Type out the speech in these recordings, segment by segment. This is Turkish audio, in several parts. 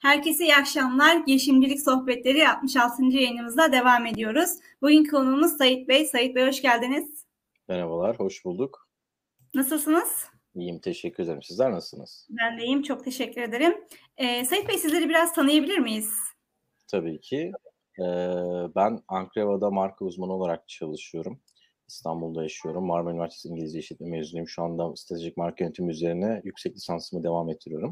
Herkese iyi akşamlar. Girişimcilik Sohbetleri 66. yayınımızda devam ediyoruz. Bugünkü konuğumuz Sait Bey. Sait Bey hoş geldiniz. Merhabalar, hoş bulduk. Nasılsınız? İyiyim, teşekkür ederim. Sizler nasılsınız? Ben de iyiyim, çok teşekkür ederim. Sait Bey sizleri biraz tanıyabilir miyiz? Tabii ki. Ben Ankreva'da marka uzmanı olarak çalışıyorum. İstanbul'da yaşıyorum. Marmara Üniversitesi İngilizce İşletme mezunuyum. Şu anda stratejik marka yönetimi üzerine yüksek lisansımı devam ettiriyorum.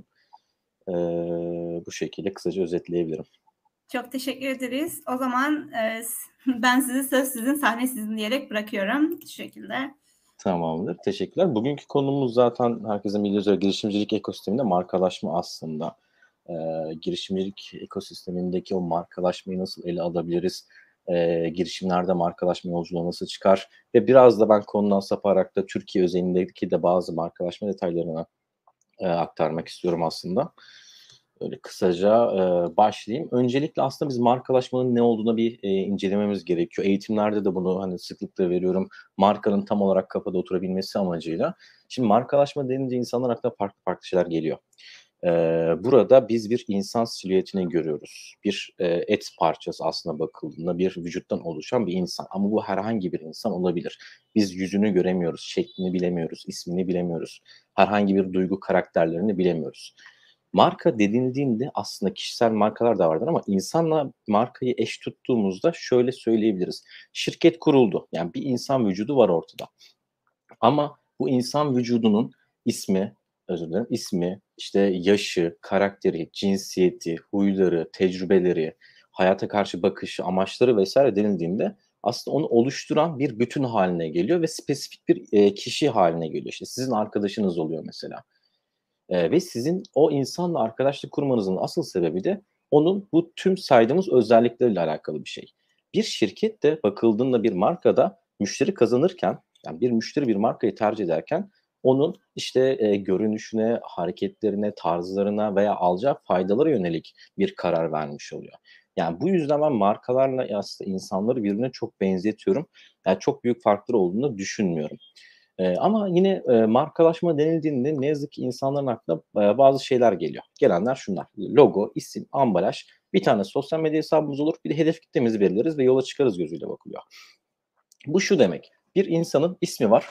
Bu şekilde kısaca özetleyebilirim. Çok teşekkür ederiz. O zaman ben sizi söz sizin, sahne sizin diyerek bırakıyorum şu şekilde. Tamamdır, teşekkürler. Bugünkü konumuz zaten herkesin bildiği üzere girişimcilik ekosisteminde markalaşma aslında. Girişimcilik ekosistemindeki o markalaşmayı nasıl ele alabiliriz? Girişimlerde markalaşma yolculuğu nasıl çıkar? Ve biraz da ben konudan saparak da Türkiye özelindeki de bazı markalaşma detaylarını aktarmak istiyorum aslında. Öyle kısaca başlayayım. Öncelikle aslında biz markalaşmanın ne olduğuna bir incelememiz gerekiyor. Eğitimlerde de bunu hani sıklıkla veriyorum. Markanın tam olarak kafada oturabilmesi amacıyla. Şimdi markalaşma denince insanlar aklına farklı farklı şeyler geliyor. Burada biz bir insan silüetini görüyoruz. Bir et parçası aslında bakıldığında bir vücuttan oluşan bir insan. Ama bu herhangi bir insan olabilir. Biz yüzünü göremiyoruz, şeklini bilemiyoruz, ismini bilemiyoruz. Herhangi bir duygu karakterlerini bilemiyoruz. Marka denildiğinde aslında kişisel markalar da vardır ama insanla markayı eş tuttuğumuzda şöyle söyleyebiliriz. Şirket kuruldu. Yani bir insan vücudu var ortada. Ama bu insan vücudunun ismi, özür dilerim, ismi, işte yaşı, karakteri, cinsiyeti, huyları, tecrübeleri, hayata karşı bakışı, amaçları vesaire denildiğinde aslında onu oluşturan bir bütün haline geliyor ve spesifik bir kişi haline geliyor. İşte sizin arkadaşınız oluyor mesela. Ve sizin o insanla arkadaşlık kurmanızın asıl sebebi de onun bu tüm saydığımız özellikleriyle alakalı bir şey. Bir şirket de bakıldığında bir markada müşteri kazanırken, yani bir müşteri bir markayı tercih ederken onun işte görünüşüne, hareketlerine, tarzlarına veya alacağı faydalara yönelik bir karar vermiş oluyor. Yani bu yüzden ben markalarla aslında insanları birbirine çok benzetiyorum. Yani çok büyük farkları olduğunu düşünmüyorum. Ama yine markalaşma denildiğinde ne yazık ki insanların aklına bazı şeyler geliyor. Gelenler şunlar: logo, isim, ambalaj, bir tane sosyal medya hesabımız olur, bir de hedef kitlemizi belirleriz ve yola çıkarız gözüyle bakılıyor. Bu şu demek: bir insanın ismi var,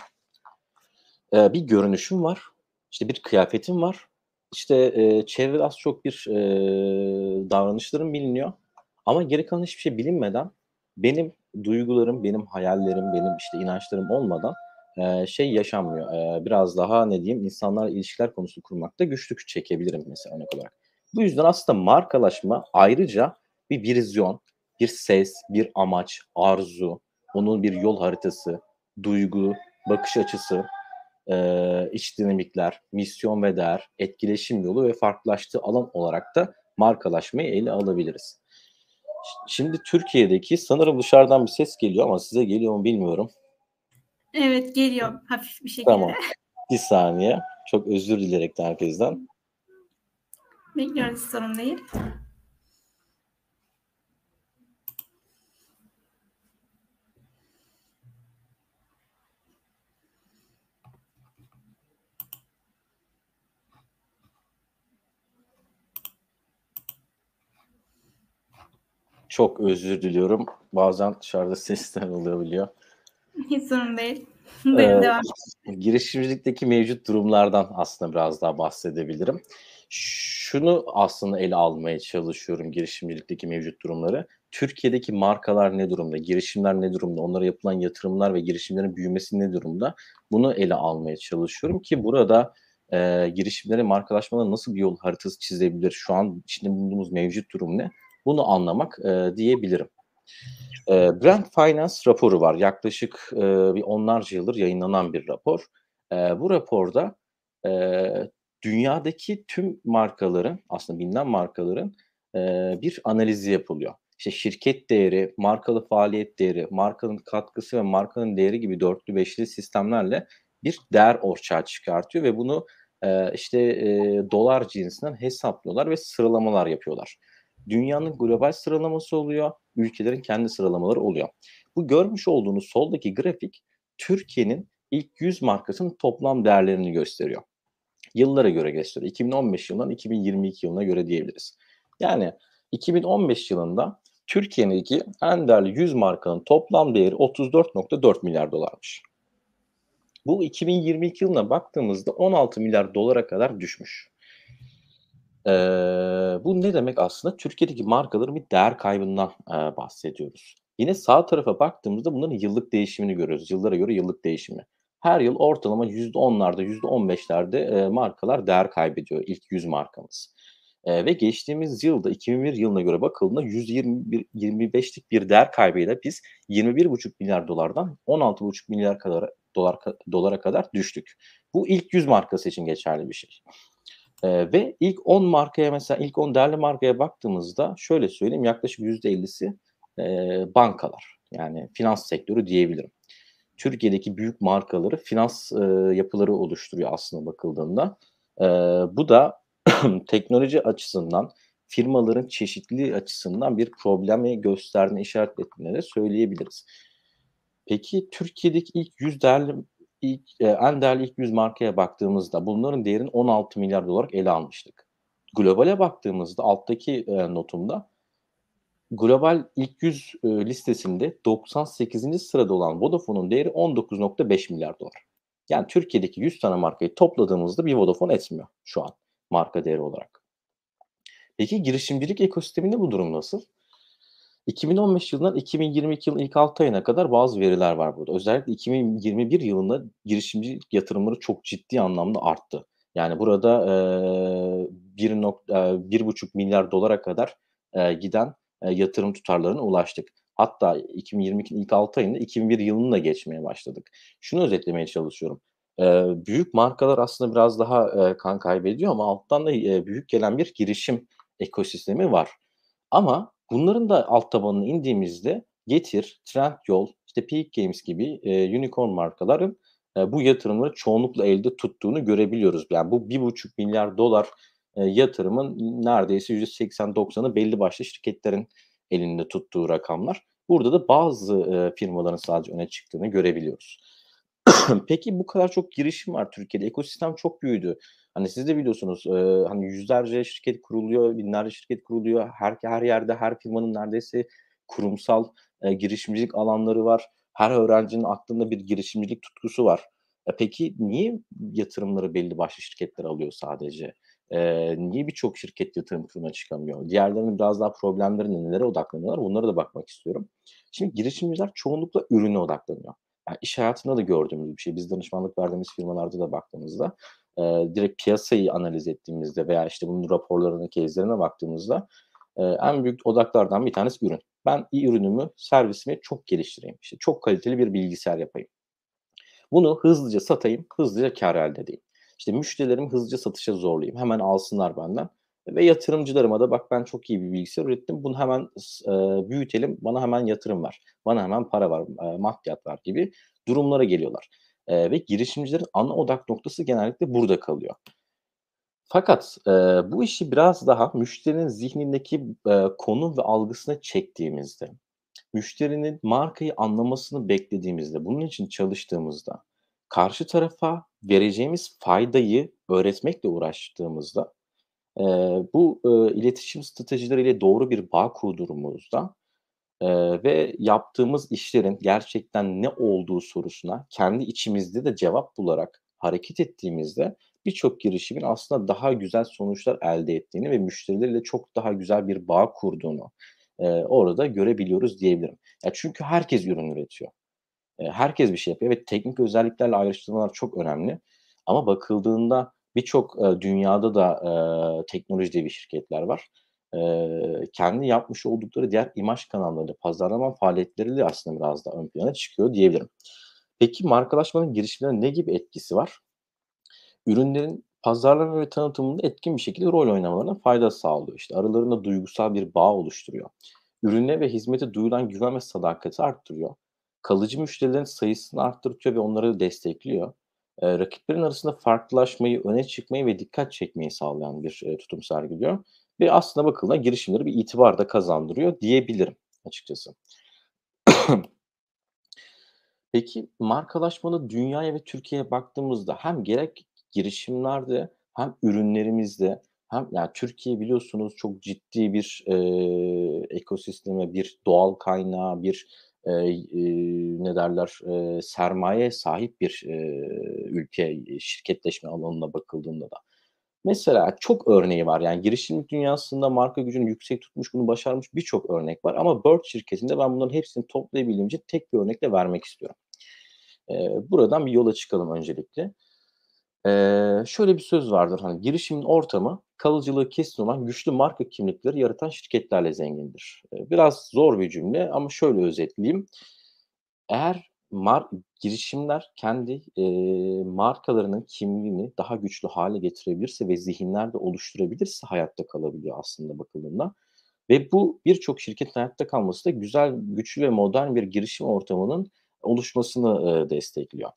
bir görünüşüm var, işte bir kıyafetim var, işte çevrede az çok bir davranışlarım biliniyor ama geri kalan hiçbir şey bilinmeden benim duygularım, benim hayallerim, benim işte inançlarım olmadan şey yaşanmıyor. Biraz daha ne diyeyim, insanlarla ilişkiler konusu kurmakta güçlük çekebilirim mesela örnek olarak. Bu yüzden aslında markalaşma ayrıca bir vizyon, bir ses, bir amaç, arzu, onun bir yol haritası, duygu, bakış açısı, iç dinamikler, misyon ve değer, etkileşim yolu ve farklılaştığı alan olarak da markalaşmayı ele alabiliriz. Şimdi Türkiye'deki, sanırım dışarıdan bir ses geliyor ama size geliyor mu bilmiyorum. Evet, geliyor hafif bir şekilde. Tamam. Bir saniye. Çok özür dileyerek de herkesten. Bekliyoruz, sorun değil. Çok özür diliyorum. Bazen dışarıda sesler olabiliyor. Hiç sorun değil. Ee, Buyurun, devam. Girişimcilikteki mevcut durumlardan aslında biraz daha bahsedebilirim. Şunu aslında ele almaya çalışıyorum, girişimcilikteki mevcut durumları. Türkiye'deki markalar ne durumda? Girişimler ne durumda? Onlara yapılan yatırımlar ve girişimlerin büyümesi ne durumda? Bunu ele almaya çalışıyorum ki burada girişimlerin markalaşmalarına nasıl bir yol haritası çizebilir? Şu an içinde bulunduğumuz mevcut durum ne? Bunu anlamak diyebilirim. Brand Finance raporu var. Yaklaşık bir onlarca yıldır yayınlanan bir rapor. Bu raporda dünyadaki tüm markaların, aslında bilinen markaların bir analizi yapılıyor. İşte şirket değeri, markalı faaliyet değeri, markanın katkısı ve markanın değeri gibi dörtlü beşli sistemlerle bir değer ortaya çıkartıyor ve bunu işte dolar cinsinden hesaplıyorlar ve sıralamalar yapıyorlar. Dünyanın global sıralaması oluyor, ülkelerin kendi sıralamaları oluyor. Bu görmüş olduğunuz soldaki grafik Türkiye'nin ilk 100 markasının toplam değerlerini gösteriyor. Yıllara göre gösteriyor. 2015 yılından 2022 yılına göre diyebiliriz. Yani 2015 yılında Türkiye'deki en değerli 100 markanın toplam değeri 34,4 milyar dolarmış. Bu 2022 yılına baktığımızda 16 milyar dolara kadar düşmüş. Bu ne demek aslında? Türkiye'deki markaların bir değer kaybından, bahsediyoruz. Yine sağ tarafa baktığımızda bunların yıllık değişimini görüyoruz. Yıllara göre yıllık değişimi. Her yıl ortalama %10'larda, %15'lerde, markalar değer kaybediyor ilk 100 markamız. Ve geçtiğimiz yılda 2021 yılına göre bakıldığında 125'lik bir değer kaybıyla biz 21,5 milyar dolardan 16,5 milyar dolara kadar düştük. Bu ilk 100 markası için geçerli bir şey. Ve ilk 10 markaya mesela ilk 10 değerli markaya baktığımızda şöyle söyleyeyim yaklaşık %50'si, bankalar. Yani finans sektörü diyebilirim. Türkiye'deki büyük markaları finans, yapıları oluşturuyor aslında bakıldığında. Bu da teknoloji açısından, firmaların çeşitliliği açısından bir problemi gösterdiğini, işaret ettiğini de söyleyebiliriz. Peki Türkiye'deki en değerli ilk 100 markaya baktığımızda bunların değerini 16 milyar dolar ele almıştık. Globale baktığımızda alttaki, notumda global ilk 100, listesinde 98. sırada olan Vodafone'un değeri 19,5 milyar dolar. Yani Türkiye'deki 100 tane markayı topladığımızda bir Vodafone etmiyor şu an marka değeri olarak. Peki girişimcilik ekosisteminde bu durum nasıl? 2015 yılından 2022 yılının ilk 6 ayına kadar bazı veriler var burada. Özellikle 2021 yılında girişimcilik yatırımları çok ciddi anlamda arttı. Yani burada, 1,5 milyar dolara kadar, giden, yatırım tutarlarına ulaştık. Hatta 2022'nin ilk 6 ayında 2001 yılını da geçmeye başladık. Şunu özetlemeye çalışıyorum. Büyük markalar aslında biraz daha, kan kaybediyor ama alttan da, büyük gelen bir girişim ekosistemi var. Ama bunların da alt tabanına indiğimizde Getir, Trendyol, işte Peak Games gibi, unicorn markaların, bu yatırımları çoğunlukla elde tuttuğunu görebiliyoruz. Yani bu $1,5 milyar yatırımın neredeyse %80-90'ı belli başlı şirketlerin elinde tuttuğu rakamlar. Burada da bazı, firmaların sadece öne çıktığını görebiliyoruz. Peki bu kadar çok girişim var Türkiye'de. Ekosistem çok büyüdü. Hani siz de biliyorsunuz, hani yüzlerce şirket kuruluyor, binlerce şirket kuruluyor. Her yerde her firmanın neredeyse kurumsal, girişimcilik alanları var. Her öğrencinin aklında bir girişimcilik tutkusu var. Peki niye yatırımları belli başlı şirketler alıyor sadece? Niye birçok şirket yatırım turuna çıkamıyor? Diğerlerinin biraz daha problemleri nelere odaklanıyorlar? Bunlara da bakmak istiyorum. Şimdi girişimciler çoğunlukla ürüne odaklanıyor. Yani iş hayatında da gördüğümüz bir şey. Biz danışmanlık verdiğimiz firmalarda da baktığımızda, direkt piyasayı analiz ettiğimizde veya, işte, bunun raporlarına, case'lerine baktığımızda, en büyük odaklardan bir tanesi ürün. Ben ürünümü, servisimi çok geliştireyim. İşte, çok kaliteli bir bilgisayar yapayım. Bunu hızlıca satayım, hızlıca kâr elde edeyim. İşte, müşterilerimi hızlıca satışa zorlayayım, hemen alsınlar benden ve yatırımcılarıma da bak ben çok iyi bir bilgisayar ürettim, bunu hemen büyütelim, bana hemen yatırım ver, bana hemen para ver, maddiyat ver gibi durumlara geliyorlar. Ve girişimcilerin ana odak noktası genellikle burada kalıyor. Fakat, bu işi biraz daha müşterinin zihnindeki, konum ve algısına çektiğimizde, müşterinin markayı anlamasını beklediğimizde, bunun için çalıştığımızda, karşı tarafa vereceğimiz faydayı öğretmekle uğraştığımızda, bu, iletişim stratejileriyle doğru bir bağ kurduğumuzda, ve yaptığımız işlerin gerçekten ne olduğu sorusuna kendi içimizde de cevap bularak hareket ettiğimizde birçok girişimin aslında daha güzel sonuçlar elde ettiğini ve müşterileriyle çok daha güzel bir bağ kurduğunu, orada görebiliyoruz diyebilirim. Ya, çünkü herkes ürün üretiyor. Herkes bir şey yapıyor. Evet, teknik özelliklerle ayrıştırmalar çok önemli ama bakıldığında birçok, dünyada da, teknoloji devi şirketler var. Kendi yapmış oldukları diğer imaj kanalları, pazarlama faaliyetleriyle aslında biraz daha ön plana çıkıyor diyebilirim. Peki markalaşmanın girişimlerine ne gibi etkisi var? Ürünlerin pazarlama ve tanıtımında etkin bir şekilde rol oynamalarına fayda sağlıyor. İşte, aralarında duygusal bir bağ oluşturuyor. Ürüne ve hizmete duyulan güven ve sadakati arttırıyor. Kalıcı müşterilerin sayısını arttırtıyor ve onları destekliyor. Rakiplerin arasında farklılaşmayı, öne çıkmayı ve dikkat çekmeyi sağlayan bir, tutum sergiliyor ve aslında bakıldığında girişimlere bir itibar da kazandırıyor diyebilirim açıkçası. Peki, markalaşmanın dünyaya ve Türkiye'ye baktığımızda hem gerek girişimlerde hem ürünlerimizde Hem yani Türkiye biliyorsunuz çok ciddi bir, ekosisteme, bir doğal kaynağa, bir, ne derler, sermayeye sahip bir, ülke, şirketleşme alanına bakıldığında da. Mesela çok örneği var. Yani girişimcilik dünyasında marka gücünü yüksek tutmuş, bunu başarmış birçok örnek var ama Bird şirketinde ben bunların hepsini toplayabildiğim için tek bir örnekle vermek istiyorum. Buradan bir yola çıkalım öncelikle. Şöyle bir söz vardır, hani, girişimin ortamı kalıcılığı kesin olan güçlü marka kimlikleri yaratan şirketlerle zengindir. Biraz zor bir cümle ama şöyle özetleyeyim. Eğer girişimler kendi, markalarının kimliğini daha güçlü hâle getirebilirse ve zihinlerde oluşturabilirse hayatta kalabiliyor aslında bakıldığında ve bu birçok şirketin hayatta kalması da güzel, güçlü ve modern bir girişim ortamının oluşmasını, destekliyor.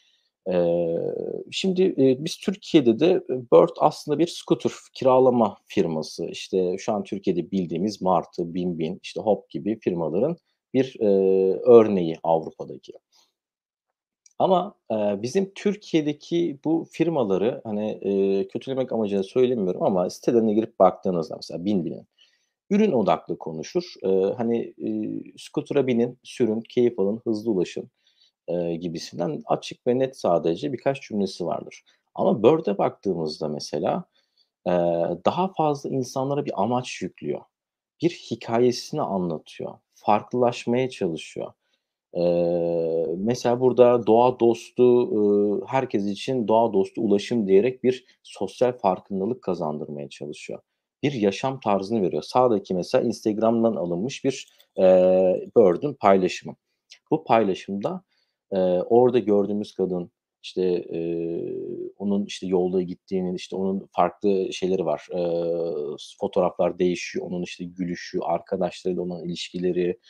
Şimdi, biz Türkiye'de de, Bird aslında bir scooter kiralama firması. İşte, şu an Türkiye'de bildiğimiz Martı, Binbin, işte, Hop gibi firmaların bir, örneği Avrupa'daki. Ama, bizim Türkiye'deki bu firmaları, hani, kötülemek amacıyla söylemiyorum ama sitelerine girip baktığınızda mesela Binbin'in ürün odaklı konuşur. Hani, "Scooter'a binin, sürün, keyif alın, hızlı ulaşın." Gibisinden açık ve net sadece birkaç cümlesi vardır. Ama Bird'e baktığımızda mesela, daha fazla insanlara bir amaç yüklüyor. Bir hikâyesini anlatıyor, farklılaşmaya çalışıyor. Mesela burada doğa dostu, herkes için doğa dostu ulaşım diyerek bir sosyal farkındalık kazandırmaya çalışıyor. Bir yaşam tarzını veriyor. Sağdaki mesela Instagram'dan alınmış bir, Bird'ün paylaşımı. Bu paylaşımda, orada gördüğümüz kadın, işte, onun, işte, yolda gittiğinin, işte, onun farklı şeyleri var, fotoğraflar değişiyor. Onun, işte, gülüşü, arkadaşlarıyla olan ilişkileri,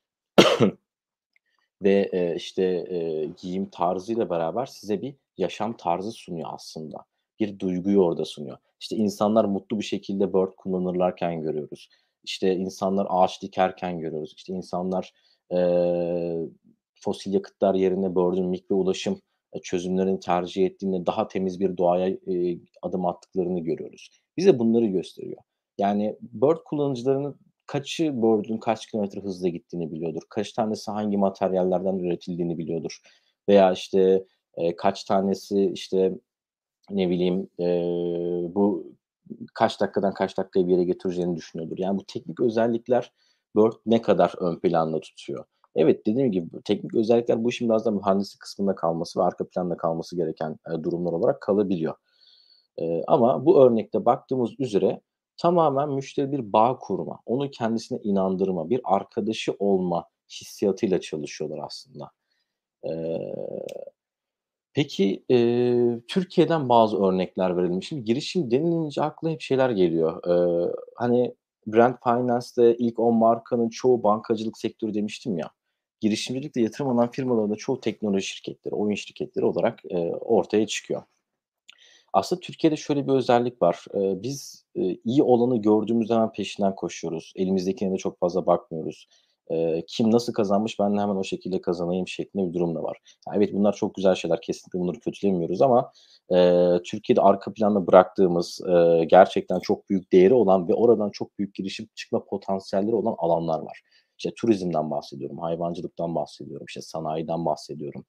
ve, işte, giyim tarzıyla beraber size bir yaşam tarzı sunuyor aslında. Bir duyguyu orada sunuyor. İşte, insanlar mutlu bir şekilde Bird kullanırlarken görüyoruz. İşte, insanlar ağaç dikerken görüyoruz. İşte, insanlar, eee, fosil yakıtlar yerine Bird'ün mikro ulaşım, çözümlerini tercih ettiğinde daha temiz bir doğaya, adım attıklarını görüyoruz. Bize bunları gösteriyor. Yani Bird kullanıcılarının kaçı Bird'ün kaç kilometre hızla gittiğini biliyordur? Kaç tanesi hangi materyallerden üretildiğini biliyordur? Veya, işte, kaç tanesi, işte, ne bileyim, bu kaç dakikadan kaç dakikaya bir yere götüreceğini düşünüyordur. Yani bu teknik özellikler Bird ne kadar ön planda tutuyor? Evet, dediğim gibi teknik özellikler bu işin biraz da mühendislik kısmında kalması ve arka planda kalması gereken, durumlar olarak kalabiliyor. Ama bu örnekte baktığımız üzere tamamen müşteri bir bağ kurma, onu kendisine inandırma, bir arkadaşı olma hissiyatıyla çalışıyorlar aslında. Eee, peki, Türkiye'den bazı örnekler verelim. Şimdi girişim denilince akla hep şeyler geliyor. Hani, Brand Finance'de ilk 10 markanın çoğu bankacılık sektörü demiştim ya. Girişimcilikte yatırım alan firmaların da çoğu teknoloji şirketleri, oyun şirketleri olarak, ortaya çıkıyor. Aslında Türkiye'de şöyle bir özellik var. Biz, iyi olanı gördüğümüzde hemen peşinden koşuyoruz. Elimizdekine de çok fazla bakmıyoruz. Kim nasıl kazanmış, ben de hemen o şekilde kazanayım şeklinde bir durum da var. Ya, evet, bunlar çok güzel şeyler, kesinlikle bunları kötülemiyoruz ama, Türkiye'de arka planda bıraktığımız, gerçekten çok büyük değeri olan ve oradan çok büyük girişim çıkma potansiyelleri olan alanlar var. İşte, turizmden bahsediyorum, hayvancılıktan bahsediyorum, işte, sanayiden bahsediyorum.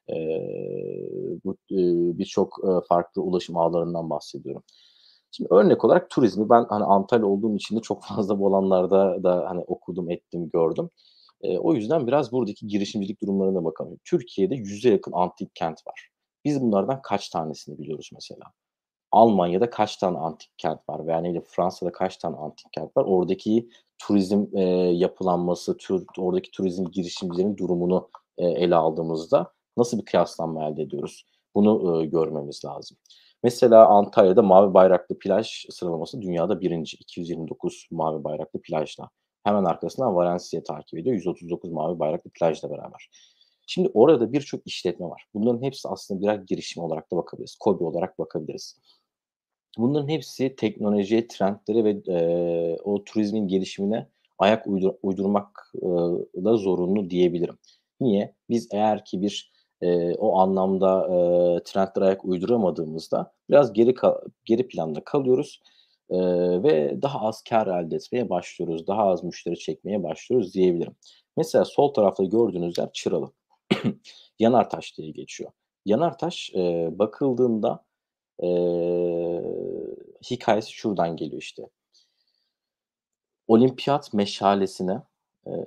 Birçok, farklı ulaşım ağlarından bahsediyorum. Şimdi örnek olarak turizmi ben, hani, Antalya olduğum için de çok fazla bu alanlarda da, hani, okudum, ettim, gördüm. O yüzden biraz buradaki girişimcilik durumlarına bakalım. Türkiye'de 100'e yakın antik kent var. Biz bunlardan kaç tanesini biliyoruz mesela? Almanya'da kaç tane antik kent var veya ne bileyim Fransa'da kaç tane antik kent var? Oradaki turizm, yapılanması, oradaki turizm girişimcilerin durumunu, ele aldığımızda nasıl bir kıyaslanma elde ediyoruz? Bunu, görmemiz lazım. Mesela Antalya'da mavi bayraklı plaj sıralaması dünyada 1'inci. 229 mavi bayraklı plajla. Hemen arkasından Valencia takip ediyor. 139 mavi bayraklı plajla beraber. Şimdi orada birçok işletme var. Bunların hepsi aslında birer girişim olarak da bakabiliriz. KOBİ olarak bakabiliriz. Bunların hepsi teknolojiye, trendlere ve, o turizmin gelişimine ayak uydurmak da zorunlu diyebilirim. Niye? Biz eğer ki bir, o anlamda, trendlere ayak uyduramadığımızda biraz geri planda kalıyoruz. ve daha az kâr elde etmeye başlıyoruz. Daha az müşteri çekmeye başlıyoruz diyebilirim. Mesela sol tarafta gördüğünüz yer Çıralı. Yanartaş diye geçiyor. Yanartaş, bakıldığında, eee, hikâyesi şuradan geliyor işte. Olimpiyat meşalesine, eee,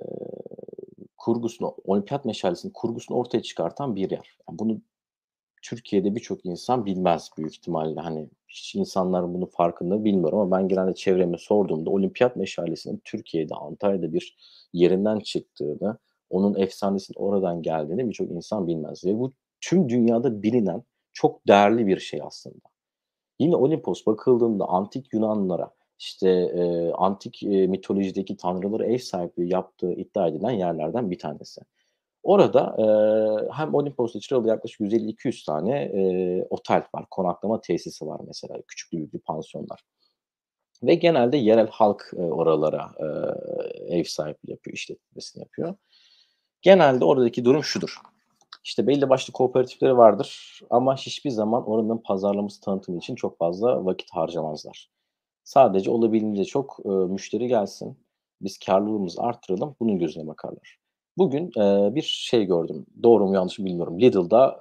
olimpiyat meşalesinin kurgusunu ortaya çıkartan bir yer. Ya, bunu Türkiye'de birçok insan bilmez büyük ihtimalle. Hani, hiç insanlar bunun farkında mı bilmiyorum ama ben genelde çevreme sorduğumda olimpiyat meşalesinin Türkiye'de, Antalya'da bir yerinden çıktığını, onun efsanesinin oradan geldiğini birçok insan bilmez ve bu tüm dünyada bilinen çok değerli bir şey aslında. Yine Olimpos bakıldığında antik Yunanlılara, işte, antik, mitolojideki tanrılara ev sahipliği yaptığı iddia edilen yerlerden bir tanesi. Orada, hem Olimpos'ta Çıralı'da yaklaşık 150-200 tane, otel var, konaklama tesisi var mesela, küçüklü büyüklü pansiyonlar ve genelde yerel halk, oralara, ev sahipliği yapıyor, işletmesini yapıyor. Genelde oradaki durum şudur: İşte, belli başlı kooperatifleri vardır ama hiçbir zaman oranın pazarlaması, tanıtımı için çok fazla vakit harcamazlar. Sadece olabildiğince çok, müşteri gelsin, biz kârlılığımızı arttıralım, bunun gözüne bakarlar. Bugün, bir şey gördüm, doğru mu yanlış mı bilmiyorum. Lidl'da,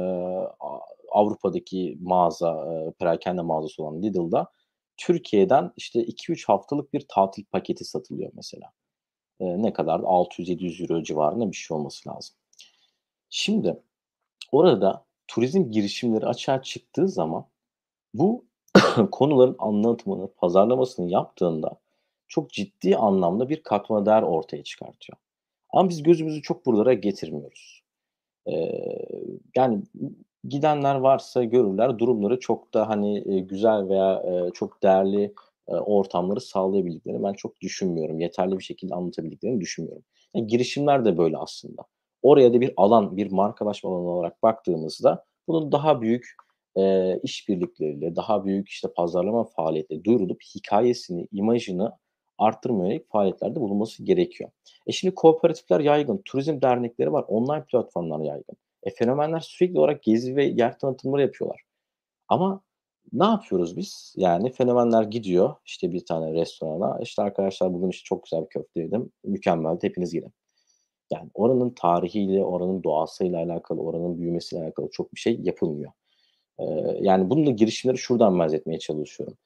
Avrupa'daki mağaza, perakende mağazası olan Lidl'da Türkiye'den, işte, 2-3 haftalık bir tatil paketi satılıyor mesela. Ne kadardı? €600-€700 civarında bir şey olması lazım. Şimdi orada turizm girişimleri açığa çıktığı zaman bu konuların anlatımını, pazarlamasını yaptığında çok ciddi anlamda bir katma değer ortaya çıkartıyor. Ama biz gözümüzü çok buralara getirmiyoruz. Eee, yani gidenler varsa görürler, durumları çok da, hani, güzel veya, çok değerli, ortamları sağlayabildiklerini ben çok düşünmüyorum. Yeterli bir şekilde anlatabildiklerini düşünmüyorum. Girişimler de böyle aslında. Oraya da bir alan, bir markalaşma alanı olarak baktığımızda bunun daha büyük, işbirlikleriyle, daha büyük, işte, pazarlama faaliyetleri duyurulup hikâyesini, imajını arttırmaya yönelik faaliyetlerde bulunması gerekiyor. Şimdi kooperatifler yaygın, turizm dernekleri var, online platformlar yaygın. Fenomenler sürekli olarak gezi ve yer tanıtımları yapıyorlar. Ama ne yapıyoruz biz? Yani fenomenler gidiyor, işte, bir tane restorana, işte, "Arkadaşlar bugün, işte, çok güzel bir köfte yedim, mükemmeldi, hepiniz gelin." Yani oranın tarihiyle, oranın doğasıyla alakalı, oranın büyümesiyle alakalı çok bir şey yapılmıyor. Yani bunun da girişimleri şuradan benzetmeye çalışıyorum.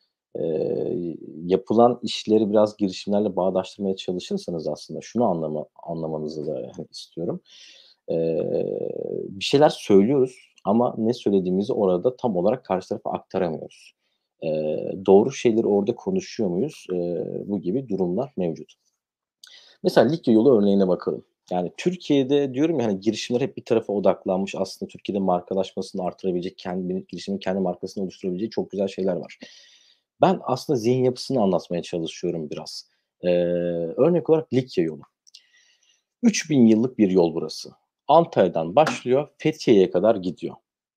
Yapılan işleri biraz girişimlerle bağdaştırmaya çalışırsanız aslında şunu anlamanızı da, hani, istiyorum. Bir şeyler söylüyoruz ama ne söylediğimizi orada tam olarak karşı tarafa aktaramıyoruz. Doğru şeyleri orada konuşuyor muyuz? Bu gibi durumlar mevcut. Mesela Likya yolu örneğine bakalım. Yani Türkiye'de diyorum ya, hani, girişimler hep bir tarafa odaklanmış. Aslında Türkiye'de markalaşmasını artırabilecek, girişimin kendi markasını oluşturabileceği çok güzel şeyler var. Ben aslında zihin yapısını anlatmaya çalışıyorum biraz. Örnek olarak Likya yolu. 3000 yıllık bir yol burası. Antalya'dan başlıyor, Fethiye'ye kadar gidiyor.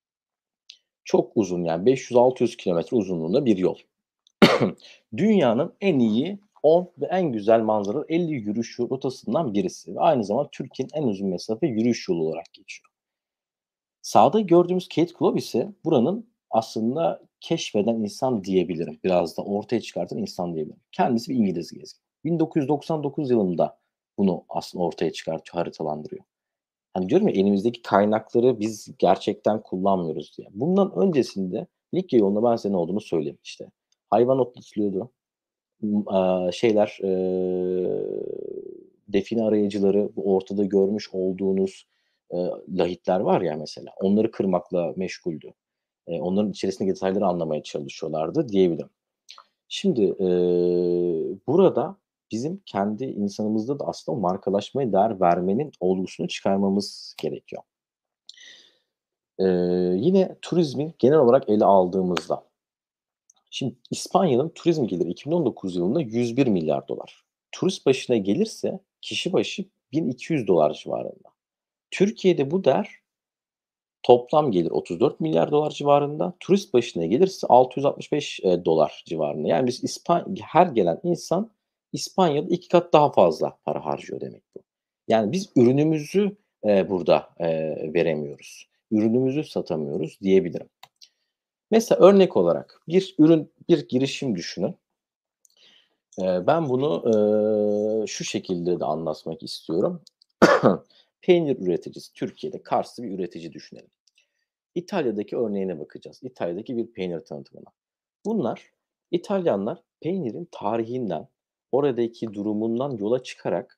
Çok uzun yani 500-600 kilometre uzunluğunda bir yol. Dünyanın en iyi 10 ve en güzel manzaralı 50 yürüyüş rotasından birisi ve aynı zamanda Türkiye'nin en uzun mesafe yürüyüş yolu olarak geçiyor. Sağda gördüğümüz Kate Club ise buranın aslında keşfeden insan diyebilirim. Biraz da ortaya çıkartan insan diyebilirim. Kendisi bir İngiliz gezgin. 1999 yılında bunu aslında ortaya çıkartıyor, haritalandırıyor. Hani diyorum ya, elimizdeki kaynakları biz gerçekten kullanmıyoruz diye. Bundan öncesinde Likya yolunda ben size ne olduğunu söyleyeyim işte. Hayvan otlatılıyordu. Şeyler, define arayıcıları, bu ortada görmüş olduğunuz, lahitler var ya mesela, onları kırmakla meşguldü. Onların içerisindeki detayları anlamaya çalışıyorlardı diyebilirim. Şimdi, burada bizim kendi insanımızda da aslında o markalaşmaya değer vermenin olgusunu çıkarmamız gerekiyor. Yine turizmi genel olarak ele aldığımızda, şimdi İspanya'nın turizm geliri 2019 yılında $101 milyar. Turist başına gelirse kişi başı $1.200 civarında. Türkiye'de bu değer toplam gelir $34 milyar civarında, turist başına gelirse $665 dolar civarında. Yani biz her gelen insan İspanya'da 2 kat daha fazla para harcıyor demek bu. Yani biz ürünümüzü, burada, veremiyoruz. Ürünümüzü satamıyoruz diyebilirim. Mesela örnek olarak bir ürün, bir girişim düşünün. Ben bunu, şu şekilde de anlatmak istiyorum. Peynir üreticisi, Türkiye'de Kars'ta bir üretici düşünelim. İtalya'daki örneğine bakacağız. İtalya'daki bir peynir tanıtımına. Bunlar, İtalyanlar peynirin tarihinden, oradaki durumundan yola çıkarak,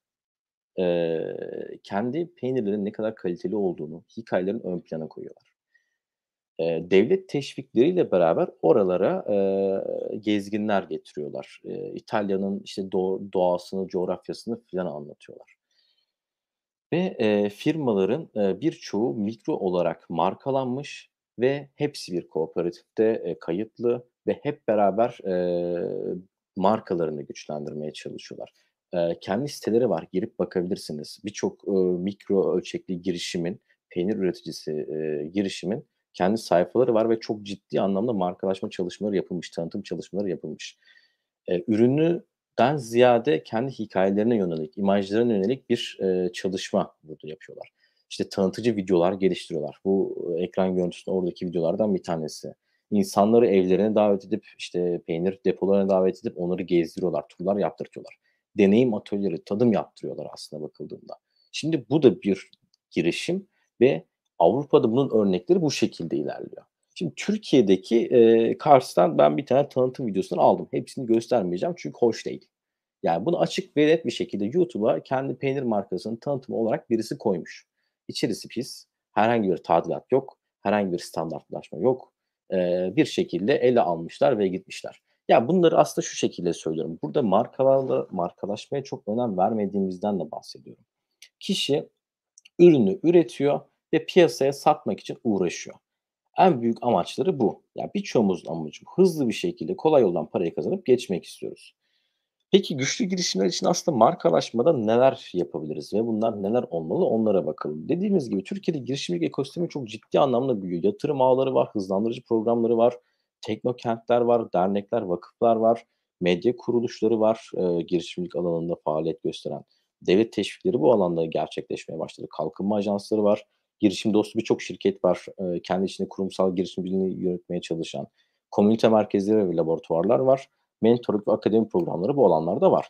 kendi peynirlerinin ne kadar kaliteli olduğunu, hikâyelerini ön plana koyuyorlar. Devlet teşvikleriyle beraber oralara, gezginler getiriyorlar. İtalya'nın, işte, doğasını, coğrafyasını filan anlatıyorlar ve, firmaların, birçoğu mikro olarak markalanmış ve hepsi bir kooperatifte, kayıtlı ve hep beraber, markalarını güçlendirmeye çalışıyorlar. Kendi siteleri var, girip bakabilirsiniz. Birçok, mikro ölçekli girişimin, peynir üreticisi, girişimin kendi sayfaları var ve çok ciddi anlamda markalaşma çalışmaları yapılmış, tanıtım çalışmaları yapılmış. Ürünüden ziyade kendi hikayelerine yönelik, imajlarına yönelik bir, çalışma burada yapıyorlar. İşte, tanıtıcı videolar geliştiriyorlar. Bu, ekran görüntüsünde oradaki videolardan bir tanesi. İnsanları evlerine davet edip, işte, peynir depolarına davet edip onları gezdiriyorlar, turlar yaptırtıyorlar. Deneyim atölyeleri, tadım yaptırıyorlar aslında bakıldığında. Şimdi bu da bir girişim ve Avrupa'da bunun örnekleri bu şekilde ilerliyor. Şimdi Türkiye'deki, Kars'tan ben bir tane tanıtım videosunu aldım. Hepsini göstermeyeceğim çünkü hoş değil. Yani bunu açık ve net bir şekilde YouTube'a kendi peynir markasının tanıtımı olarak birisi koymuş. İçerisi pis, herhangi bir tadilat yok, herhangi bir standartlaşma yok. Bir şekilde ele almışlar ve gitmişler. Ya, bunları aslında şu şekilde söylüyorum. Burada markalaşmaya çok önem vermediğimizden de bahsediyorum. Kişi ürünü üretiyor ve piyasaya satmak için uğraşıyor. En büyük amaçları bu. Ya, birçoğumuzun amacı bu. Hızlı bir şekilde kolay yoldan parayı kazanıp geçmek istiyoruz. Peki güçlü girişimler için aslında markalaşmada neler yapabiliriz ve bunlar neler olmalı onlara bakalım. Dediğimiz gibi Türkiye'de girişimcilik ekosistemi çok ciddi anlamda büyüyor. Yatırım ağları var, hızlandırıcı programları var, teknokentler var, dernekler, vakıflar var, medya kuruluşları var, girişimcilik alanında faaliyet gösteren. Devlet teşvikleri bu alanda gerçekleşmeye başladı. Kalkınma ajansları var, girişim dostu birçok şirket var, kendi içinde kurumsal girişimciliğini yürütmeye çalışan. Komünite merkezleri ve laboratuvarlar var. Mentorluk ve akademi programları bu alanlarda var.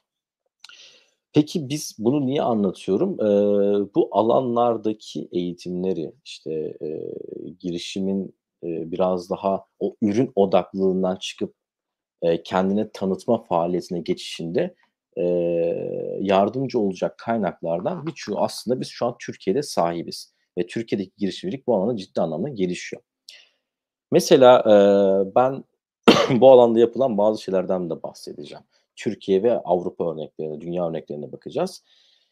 Peki biz bunu niye anlatıyorum? Bu alanlardaki eğitimleri, işte, girişimin, biraz daha o ürün odaklılığından çıkıp, kendini tanıtma faaliyetine geçişinde, yardımcı olacak kaynaklardan birçoğu aslında biz şu an Türkiye'de sahibiz ve Türkiye'deki girişimcilik bu alanda ciddi anlamda gelişiyor. Mesela, ben bu alanda yapılan bazı şeylerden de bahsedeceğim. Türkiye ve Avrupa örneklerine, dünya örneklerine bakacağız.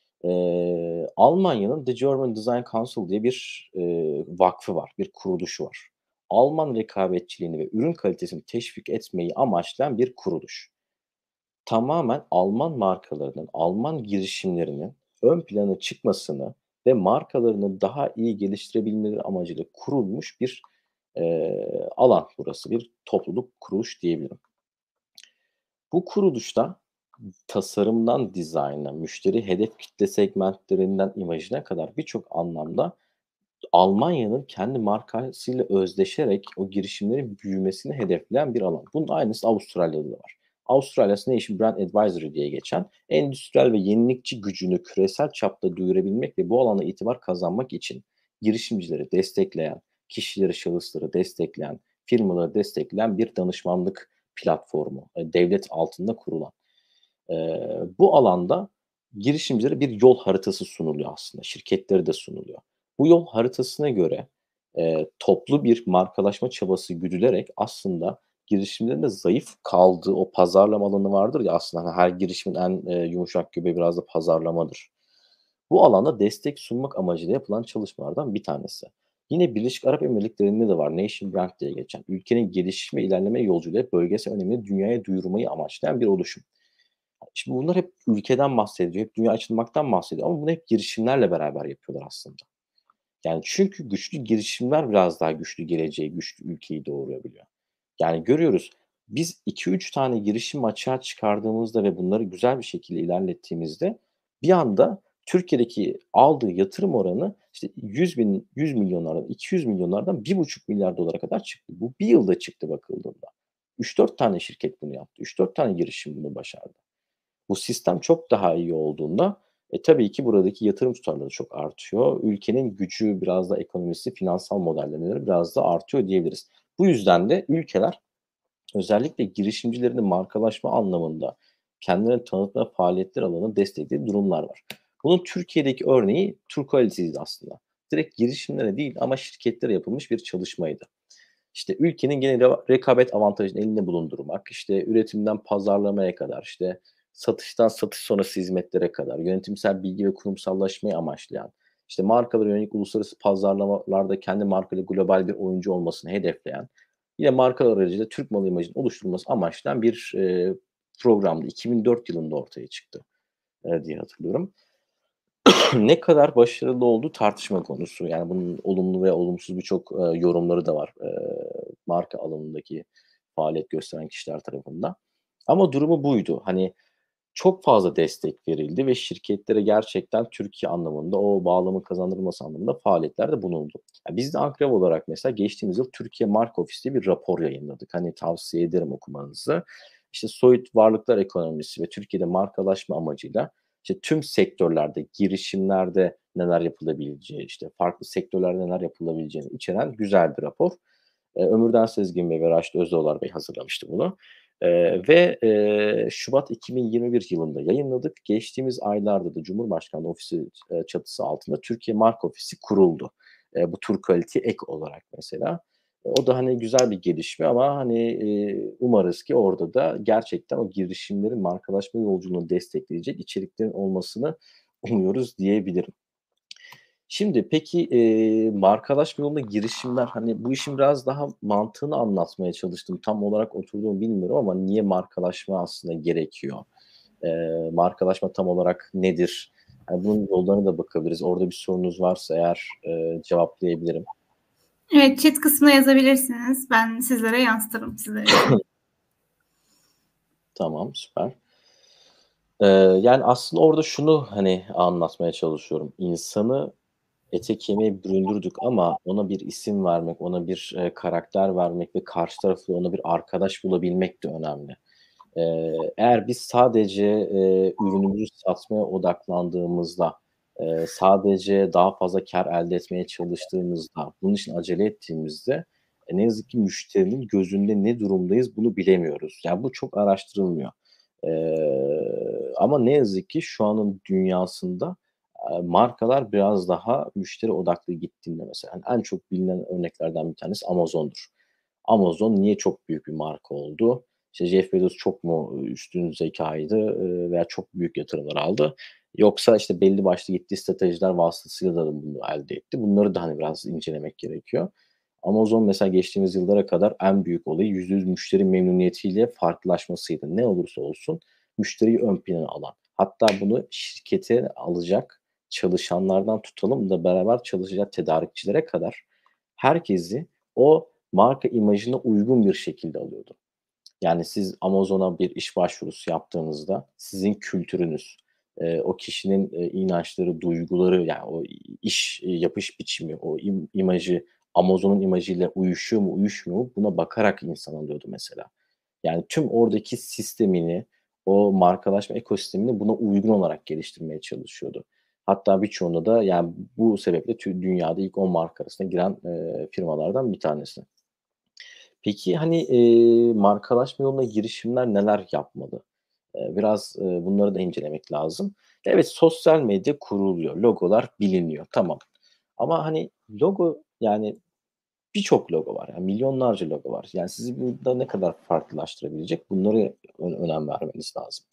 Almanya'nın The German Design Council diye bir, vakfı var, bir kuruluşu var. Alman rekabetçiliğini ve ürün kalitesini teşvik etmeyi amaçlayan bir kuruluş. Tamamen Alman markalarının, Alman girişimlerinin ön plana çıkmasını ve markalarını daha iyi geliştirebilmeleri amacıyla kurulmuş bir, alan burası. Bir topluluk, kuruluş diyebilirim. Bu kuruluşta tasarımdan dizayna, müşteri hedef kitle segmentlerinden imajına kadar birçok anlamda Almanya'nın kendi markasıyla özdeşerek o girişimlerin büyümesini hedefleyen bir alan. Bunun aynısı Avustralya'da da var. Avustralya Nation Brand Advisory diye geçen, endüstriyel ve yenilikçi gücünü küresel çapta duyurabilmek ve bu alana itibar kazanmak için girişimcileri destekleyen, kişileri, şahısları destekleyen, firmaları destekleyen bir danışmanlık platformu, devlet altında kurulan. Bu alanda girişimcilere bir yol haritası sunuluyor aslında, şirketlere de sunuluyor. Bu yol haritasına göre, toplu bir markalaşma çabası güdülerek aslında girişimlerin de zayıf kaldığı o pazarlama alanı vardır ya aslında, hani, her girişimin en, yumuşak göbeği biraz da pazarlamadır. Bu alanda destek sunmak amacıyla yapılan çalışmalardan bir tanesi. Yine Birleşik Arap Emirlikleri'nde de var Nation Brand diye geçen, ülkenin gelişim ve ilerleme yolculuğuyla bölgesel önemini dünyaya duyurmayı amaçlayan bir oluşum. Şimdi bunlar hep ülkeden bahsediyor, hep dünya açılmaktan bahsediyor ama bunu hep girişimlerle beraber yapıyorlar aslında. Yani çünkü güçlü girişimler biraz daha güçlü geleceği, güçlü ülkeyi doğurabiliyor. Yani görüyoruz, biz 2-3 tane girişim açığa çıkardığımızda ve bunları güzel bir şekilde ilerlettiğimizde bir anda Türkiye'deki aldığı yatırım oranı işte 100 milyonlardan, 200 milyonlardan 1,5 milyar dolara kadar çıktı. Bu bir yılda çıktı bakıldığında. 3-4 tane şirket bunu yaptı. 3-4 tane girişim bunu başardı. Bu sistem çok daha iyi olduğunda tabii ki buradaki yatırım tutarları çok artıyor. Ülkenin gücü, biraz da ekonomisi, finansal modellemeleri biraz da artıyor diyebiliriz. Bu yüzden de ülkeler özellikle girişimcilerin de markalaşma anlamında kendilerini tanıtma faaliyetleri alanında desteklediği durumlar var. Bunun Türkiye'deki örneği Turquoise'ydi aslında. Direkt girişimlere değil ama şirketlere yapılmış bir çalışmaydı. İşte ülkenin gene rekabet avantajını elinde bulundurmak, işte üretimden pazarlamaya kadar, işte satıştan satış sonrası hizmetlere kadar, yönetimsel bilgi ve kurumsallaşmayı amaçlayan, işte markalara yönelik uluslararası pazarlamalarda kendi markayla global bir oyuncu olmasını hedefleyen, yine markalar aracılığıyla Türk malı imajının oluşturulması amaçlayan bir programdı. 2004 yılında ortaya çıktı diye hatırlıyorum. Ne kadar başarılı olduğu tartışma konusu. Yani bunun olumlu ve olumsuz birçok yorumları da var marka alanındaki faaliyet gösteren kişiler tarafından. Ama durumu buydu. Hani çok fazla destek verildi ve şirketlere gerçekten Türkiye anlamında o bağlamın kazandırılması anlamında faaliyetlerde bulundu. Ya biz de Ankara olarak mesela geçtiğimiz yıl Türkiye Marka Ofisi diye bir rapor yayınladık. Hani tavsiye ederim okumanızı. İşte soyut varlıklar ekonomisi ve Türkiye'de markalaşma amacıyla işte tüm sektörlerde, girişimlerde neler yapılabileceği, işte farklı sektörlerde neler yapılabileceğini içeren güzel bir rapor. Ömürden Sezgin Bey ve Raşit Özdağlar Bey hazırlamıştı bunu. Şubat 2021 yılında yayınladık. Geçtiğimiz aylarda da Cumhurbaşkanlığı Ofisi çatısı altında Türkiye Marka Ofisi kuruldu. Bu Tur Quality ek olarak mesela. O da hani güzel bir gelişme ama hani umarız ki orada da gerçekten o girişimlerin markalaşma yolculuğunu destekleyecek içeriklerin olmasını umuyoruz diyebilirim. Şimdi peki, markalaşma yolunda girişimler, hani, bu işin biraz daha mantığını anlatmaya çalıştım. Tam olarak oturdu mu bilmiyorum ama niye markalaşma aslında gerekiyor? Markalaşma tam olarak nedir? Hani, bunun yollarına da bakabiliriz. Orada bir sorunuz varsa eğer, cevaplayabilirim. Evet, chat kısmına yazabilirsiniz. Ben sizlere yansıtırım sizler için. Tamam, süper. Yani, aslında orada şunu, hani, anlatmaya çalışıyorum. İnsanı ete kemiğe büründürdük ama ona bir isim vermek, ona bir, karakter vermek ve karşı tarafla ona bir arkadaş bulabilmek de önemli. Eğer biz sadece, ürünümüzü satmaya odaklandığımızda, sadece daha fazla kâr elde etmeye çalıştığımızda, bunun için acele ettiğimizde, ne yazık ki müşterinin gözünde ne durumdayız bunu bilemiyoruz. Yani bu çok araştırılmıyor. Ama ne yazık ki şu anın dünyasında, markalar biraz daha müşteri odaklı gittiğinde mesela, hani, en çok bilinen örneklerden bir tanesi Amazon'dur. Amazon niye çok büyük bir marka oldu? İşte Jeff Bezos çok mu üstün zekâydı, veya çok büyük yatırımlar aldı? Yoksa, işte, belli başlı gittiği stratejiler vasıtasıyla da bunu elde etti. Bunları da, hani, biraz incelemek gerekiyor. Amazon mesela geçtiğimiz yıllara kadar en büyük olayı %100 müşteri memnuniyetiyle farklılaşmasıydı. Ne olursa olsun müşteriyi ön plana alan. Hatta bunu şirkete alacak çalışanlardan tutalım da beraber çalışacak tedarikçilere kadar herkesi o marka imajına uygun bir şekilde alıyordu. Yani siz Amazon'a bir iş başvurusu yaptığınızda sizin kültürünüz, o kişinin, inançları, duyguları, yani o iş, yapış biçimi, o imajı Amazon'un imajıyla uyuşuyor mu, uyuşmuyor mu buna bakarak insan alıyordu mesela. Yani tüm oradaki sistemini, o markalaşma ekosistemini buna uygun olarak geliştirmeye çalışıyordu. Hatta birçoğunda da yani bu sebeple dünyada ilk 10 marka arasına giren, firmalardan bir tanesi. Peki, hani, markalaşma yolunda girişimler neler yapmalı? Biraz, bunları da incelemek lazım. Evet, sosyal medya kuruluyor, logolar biliniyor, tamam. Ama, hani, logo, yani, birçok logo var. Yani, milyonlarca logo var. Yani, sizi burada ne kadar farklılaştırabilecek bunları önem vermeniz lazım.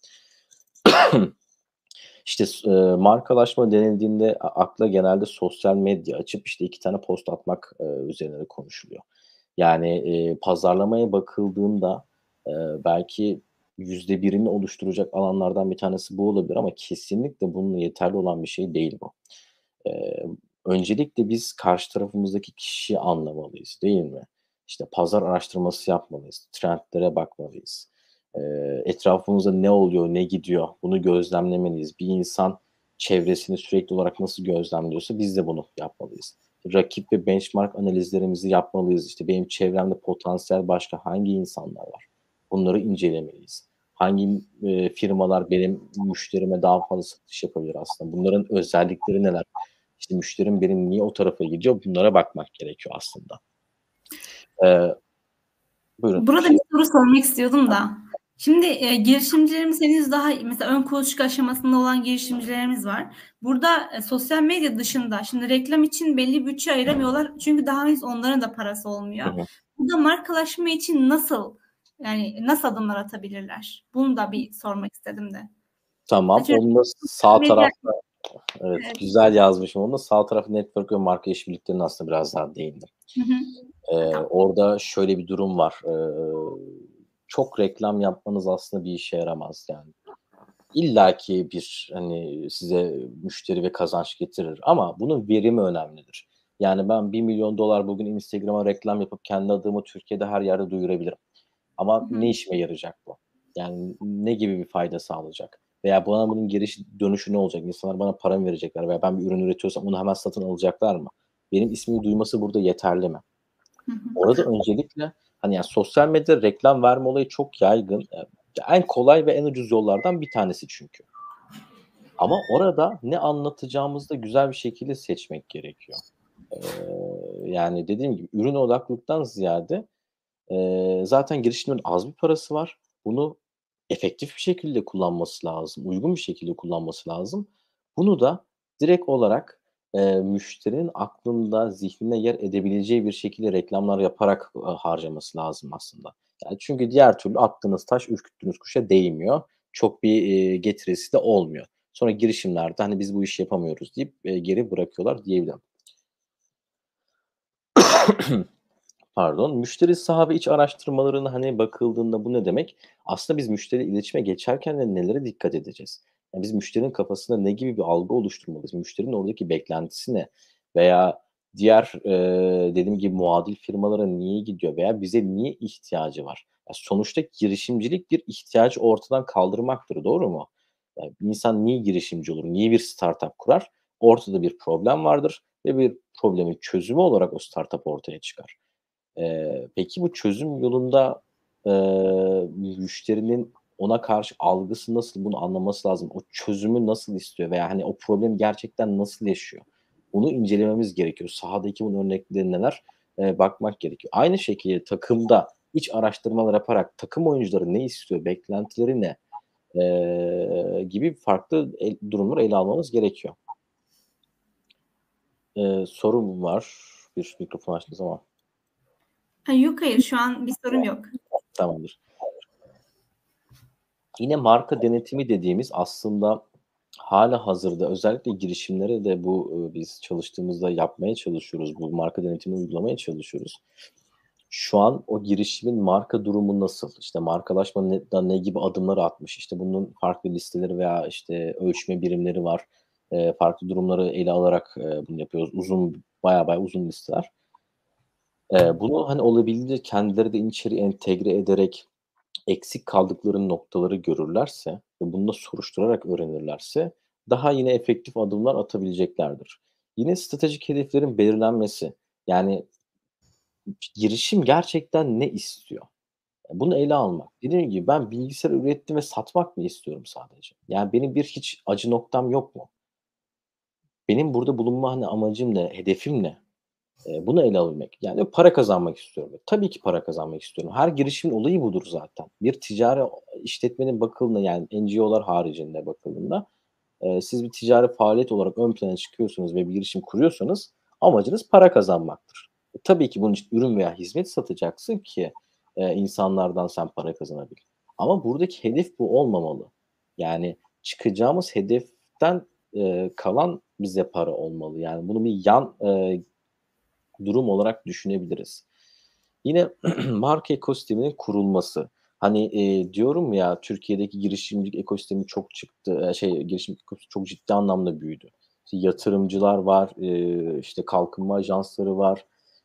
İşte, markalaşma denildiğinde akla genelde sosyal medya açıp, işte, 2 tane post atmak, üzerine de konuşuluyor. Yani, pazarlamaya bakıldığında, belki %1'ini oluşturacak alanlardan bir tanesi bu olabilir ama kesinlikle bununla yeterli olan bir şey değil bu. Eee, Öncelikle biz karşı tarafımızdaki kişiyi anlamalıyız, değil mi? İşte, pazar araştırması yapmalıyız, trendlere bakmalıyız. Etrafımızda ne oluyor, ne gidiyor bunu gözlemlemeliyiz. Bir insan çevresini sürekli olarak nasıl gözlemliyorsa biz de bunu yapmalıyız. Rakip ve benchmark analizlerimizi yapmalıyız. İşte, benim çevremde potansiyel başka hangi insanlar var? Bunları incelemeliyiz. Hangi firmalar benim müşterime daha fazla satış yapabilir aslında? Bunların özellikleri neler? İşte müşterim benim niye o tarafa gidiyor? Bunlara bakmak gerekiyor aslında. Buyurun. Burada bir soru sormak istiyordum da. Şimdi girişimcilerimiz henüz daha mesela ön kuluçka aşamasında olan girişimcilerimiz var. Burada sosyal medya dışında şimdi reklam için belli bütçe ayıramıyorlar. Çünkü daha henüz onların da parası olmuyor. Hı hı. Burada markalaşma için nasıl adımlar atabilirler? Bunu da bir sormak istedim de. Tamam. Çünkü Onu da sosyal sağ medya tarafta evet, evet. güzel yazmışım. Onu da sağ tarafı network ve marka işbirliklerine aslında biraz daha değindim. Hı hı. Tamam. Orada şöyle bir durum var. Çok reklam yapmanız aslında bir işe yaramaz yani. İllaki bir hani size müşteri ve kazanç getirir ama bunun verimi önemlidir. Yani ben $1.000.000 bugün Instagram'a reklam yapıp kendi adımı Türkiye'de her yerde duyurabilirim. Hı Ama hı. ne işime yarayacak bu? Yani ne gibi bir fayda sağlayacak? Veya bana bunun geri dönüşü ne olacak? İnsanlar bana para mı verecekler veya ben bir ürün üretiyorsam onu hemen satın alacaklar mı? Benim ismimi duyması burada yeterli mi? Hı hı. Orada öncelikle hani yani sosyal medyada reklam verme olayı çok yaygın. En kolay ve en ucuz yollardan bir tanesi çünkü. Ama orada ne anlatacağımızı da güzel bir şekilde seçmek gerekiyor. Yani dediğim gibi ürün odaklılıktan ziyade zaten girişimlerin az bir parası var. Bunu efektif bir şekilde kullanması lazım, uygun bir şekilde kullanması lazım. Bunu da direkt olarak, müşterinin aklında, zihninde yer edebileceği bir şekilde reklamlar yaparak, harcaması lazım aslında. Yani çünkü diğer türlü attığınız taş ürküttüğünüz kuşa değmiyor. Çok bir, getirisi de olmuyor. Sonra girişimlerde, hani, "Biz bu işi yapamıyoruz." deyip, geri bırakıyorlar diyebilirim. Pardon. Müşteri saha ve iç araştırmalarına, hani, bakıldığında bu ne demek? Aslında biz müşteriyle iletişime geçerken de nelere dikkat edeceğiz? Yani, biz müşterinin kafasında ne gibi bir algı oluşturmalıyız? Müşterinin oradaki beklentisi ne? Veya diğer, dediğim gibi muadil firmalara niye gidiyor veya bize niye ihtiyacı var? Ya, sonuçta girişimcilik bir ihtiyacı ortadan kaldırmaktır, doğru mu? Ya, bir insan niye girişimci olur? Niye bir startup kurar? Ortada bir problem vardır ve bir problemin çözümü olarak o startup ortaya çıkar. Peki bu çözüm yolunda, müşterinin ona karşı algısı nasıl? Bunu anlaması lazım. O çözümü nasıl istiyor veya, hani, o problemi gerçekten nasıl yaşıyor? Bunu incelememiz gerekiyor. Sahadaki bunun örnekleri neler? Bakmak gerekiyor. Aynı şekilde takımda iç araştırmalar yaparak takım oyuncuları ne istiyor, beklentileri ne, gibi farklı durumları ele almamız gerekiyor. Sorum var. Bir mikrofon açtınız ama. Yok, hayır, şu an bir sorum yok. Tamamdır. Yine marka denetimi dediğimiz aslında hâlihazırda özellikle girişimlere de bu, biz çalıştığımızda yapmaya çalışıyoruz. Bu marka denetimini uygulamaya çalışıyoruz. Şu an o girişimin marka durumu nasıl? İşte markalaşma ne gibi adımlar atmış? İşte bunun farklı listeleri veya, işte, ölçme birimleri var. Farklı durumları ele alarak, bunu yapıyoruz. Bayağı uzun listeler. Bunu, hani, olabildiğince kendileri de içeri entegre ederek eksik kaldıkları noktaları görürlerse ve bunu da soruşturarak öğrenirlerse daha yine efektif adımlar atabileceklerdir. Yine stratejik hedeflerin belirlenmesi, yani girişim gerçekten ne istiyor? Bunu ele almak. Dediğim gibi ben bilgisayar ürettim ve satmak mı istiyorum sadece? Yani benim bir hiç acı noktam yok mu? Benim burada bulunma, hani, amacım ne, hedefim ne? Bunu ele alabilmek. Yani para kazanmak istiyorum. Tabii ki para kazanmak istiyorum. Her girişimin olayı budur zaten. Bir ticari işletmenin bakıldığında yani NGO'lar haricinde bakıldığında, siz bir ticari faaliyet olarak ön plana çıkıyorsunuz ve bir girişim kuruyorsanız amacınız para kazanmaktır. Tabii ki bunun için ürün veya hizmet satacaksın ki, insanlardan sen para kazanabil. Ama buradaki hedef bu olmamalı. Yani çıkacağımız hedeften, kalan bize para olmalı. Yani bunu bir yan, durum olarak düşünebiliriz. Yine marka ekosisteminin kurulması. Hani, diyorum ya, Türkiye'deki girişimcilik ekosistemi çok çıktı, girişimcilik ekosistemi çok ciddi anlamda büyüdü. İşte yatırımcılar var, işte kalkınma ajansları var,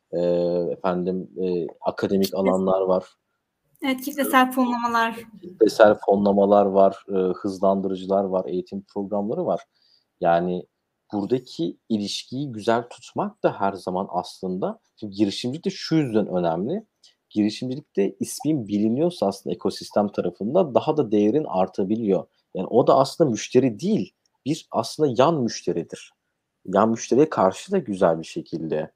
akademik alanlar var, Evet, kitlesel fonlamalar. kitlesel fonlamalar var, hızlandırıcılar var, eğitim programları var. Yani buradaki ilişkiyi güzel tutmak da her zaman aslında şimdi girişimcilik de şu yüzden önemli. girişimcilikte ismin biliniyorsa aslında ekosistem tarafında daha da değerin artabiliyor. Yani o da aslında müşteri değil, bir aslında yan müşteridir. Yan müşteriye karşı da güzel bir şekilde